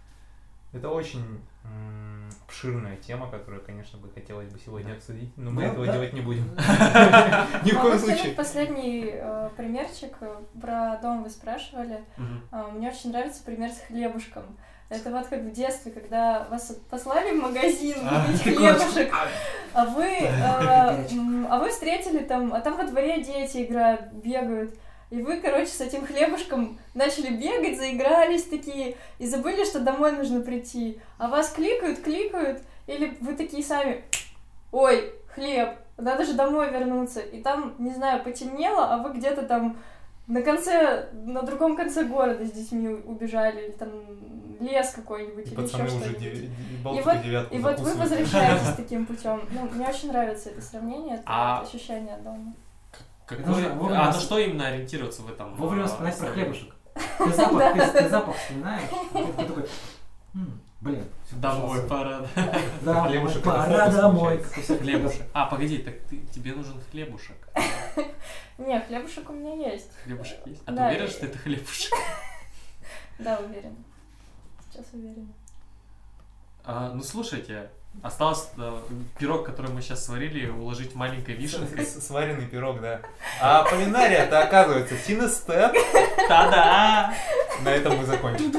Это очень м, обширная тема, которую, конечно, бы хотелось бы сегодня обсудить, но мы Да, этого да. делать не будем. Ни в Могу коем кинуть случае. последний э, примерчик. Про дом вы спрашивали. Мгм. А, Мне очень нравится пример с хлебушком. Это вот как в детстве, когда вас послали в магазин А, купить ты хлебушек, а вы, э, м, а вы встретили там, а там во дворе дети играют, бегают. И вы, короче, с этим хлебушком начали бегать, заигрались такие, и забыли, что домой нужно прийти. А вас кликают, кликают, или вы такие сами, ой, хлеб, надо же домой вернуться. И там, не знаю, потемнело, а вы где-то там на конце, на другом конце города с детьми убежали, или там лес какой-нибудь, И или пацаны еще уже что-нибудь. деви- И Балтскую вот, девятку и вот вы закусывают. возвращаетесь таким путем. Ну, мне очень нравится это сравнение, это А- вот ощущение дома. Какой- Это же вовремя А на с- что именно ориентироваться в этом? Вовремя а, вспоминать про совете? хлебушек. Ты запах, ты, ты запах вспоминаешь, и ты такой, «М, блин, всё, Домой пожалуйста». пора. Да, Хлебушек это пора фокус домой. получается. Как у всех Хлебушек. А, погоди, так ты, тебе нужен хлебушек. Не, хлебушек у меня есть. Хлебушек есть? А Да, ты уверен, и- что это хлебушек? Да, уверена. Сейчас уверена. А, ну слушайте, осталось э, пирог, который мы сейчас сварили, уложить маленькой вишенкой. С- Сваренный пирог, да. А полинария это оказывается синестет. Та-да! На этом мы закончим.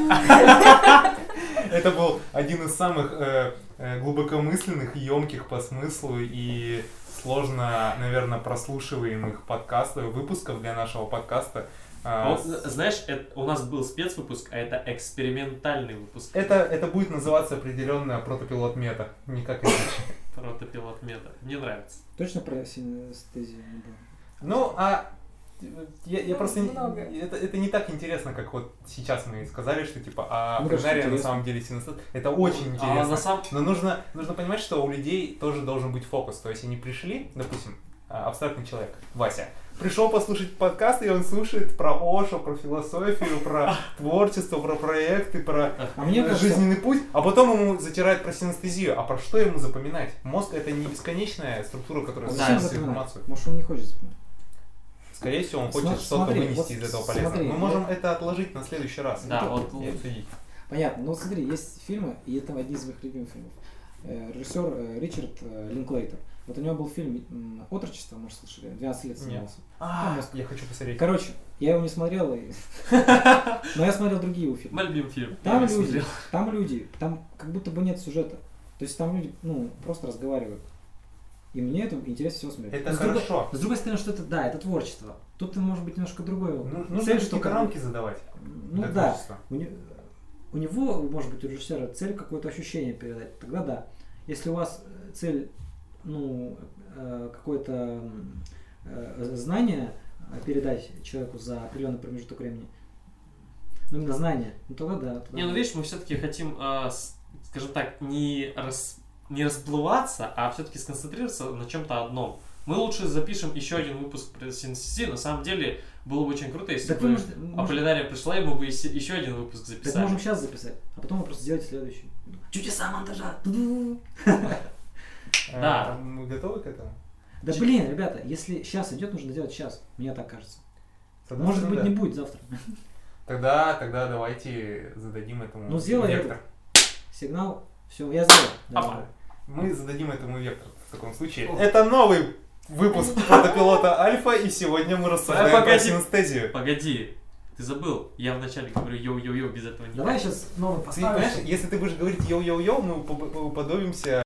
Это был один из самых э, э, глубокомысленных, емких по смыслу и сложно, наверное, прослушиваемых подкастов, выпусков для нашего подкаста. А, Вот, знаешь, это- у нас был спецвыпуск, а это экспериментальный выпуск. Это, это будет называться определенно протопилот мета, никак иначе. Протопилот мета. Мне нравится. Точно про синестезию не было? Ну, а я, я Ну, просто... не- много. Это, это не так интересно, как вот сейчас мы сказали, что типа, а Ну, кажется, полинария на интересно. самом деле синестет. Это очень А интересно. на самом... Но нужно, нужно понимать, что у людей тоже должен быть фокус. То есть они пришли, допустим, а, абстрактный человек, Вася, пришел послушать подкаст, и он слушает про Оша, про философию, про творчество, про проекты, про А мне кажется, жизненный путь, а потом ему затирают про синестезию. А про что ему запоминать? Мозг — это не бесконечная структура, которая а Да, зачем записывает запоминать? информацию. Может, он не хочет запоминать. Скорее всего, он Сма- хочет что-то смотри, вынести вот из этого полезного. смотри, Мы вот- можем это отложить на следующий раз. Да, и вот- и обсудить. Понятно. Ну, вот смотри, есть фильмы, и это один из моих любимых фильмов. Э, Режиссер э, Ричард э, Линклейтер. Вот у него был фильм м, «Отрочество», может, слышали? двенадцать лет снимался. А, мозг. я хочу посмотреть. Короче, я его не смотрел, и- но я смотрел другие его фильмы. Мой любимый фильм. Там Я не люди, смотрел. там люди, там как будто бы нет сюжета. То есть там люди, ну, просто разговаривают. И мне это интересно всего смотреть. Это С другой- хорошо. С другой стороны, что это, да, это творчество. Тут ты, может быть, немножко другое. Ну, нужно цель, какие-то как бы- рамки задавать. Ну для да. творчества. У, не- у него, может быть, у режиссера цель какое-то ощущение передать. Тогда да. Если у вас э, цель, ну, э, какое-то м, э, знание э, передать человеку за определенный промежуток времени, ну, именно знание, ну тогда да. Тогда Не, ну да. видишь, мы все-таки хотим, э, с- скажем так, не, рас, не расплываться, а все-таки сконцентрироваться на чем-то одном. Мы лучше запишем еще один выпуск про синестезию. На самом деле, было бы очень круто, если Так вы бы можете- можете- Аполлинария пришла, и мы бы есе- еще один выпуск Так записали. можем сейчас записать, а потом вы просто сделаете следующий. Чудеса монтажа. Ду-ду. Э, Да. Мы готовы к этому? Да Ч- блин, ребята, если сейчас идет, нужно делать сейчас. Мне так кажется. С одной Может стороны, быть, да. не будет завтра. Тогда, тогда давайте зададим этому Ну, сделай вектор. Сигнал. Все, я сделал. Опа. Давай. Мы зададим этому вектор в таком случае. О. Это новый выпуск Протопилота Альфа, и сегодня мы рассуждаем А, про погоди. синестезию. Погоди, ты забыл. Я вначале говорю йоу-йоу-йоу, без этого не Давай сейчас новый Ты поставим. понимаешь, если ты будешь говорить йоу-йоу-йоу, мы упо- уподобимся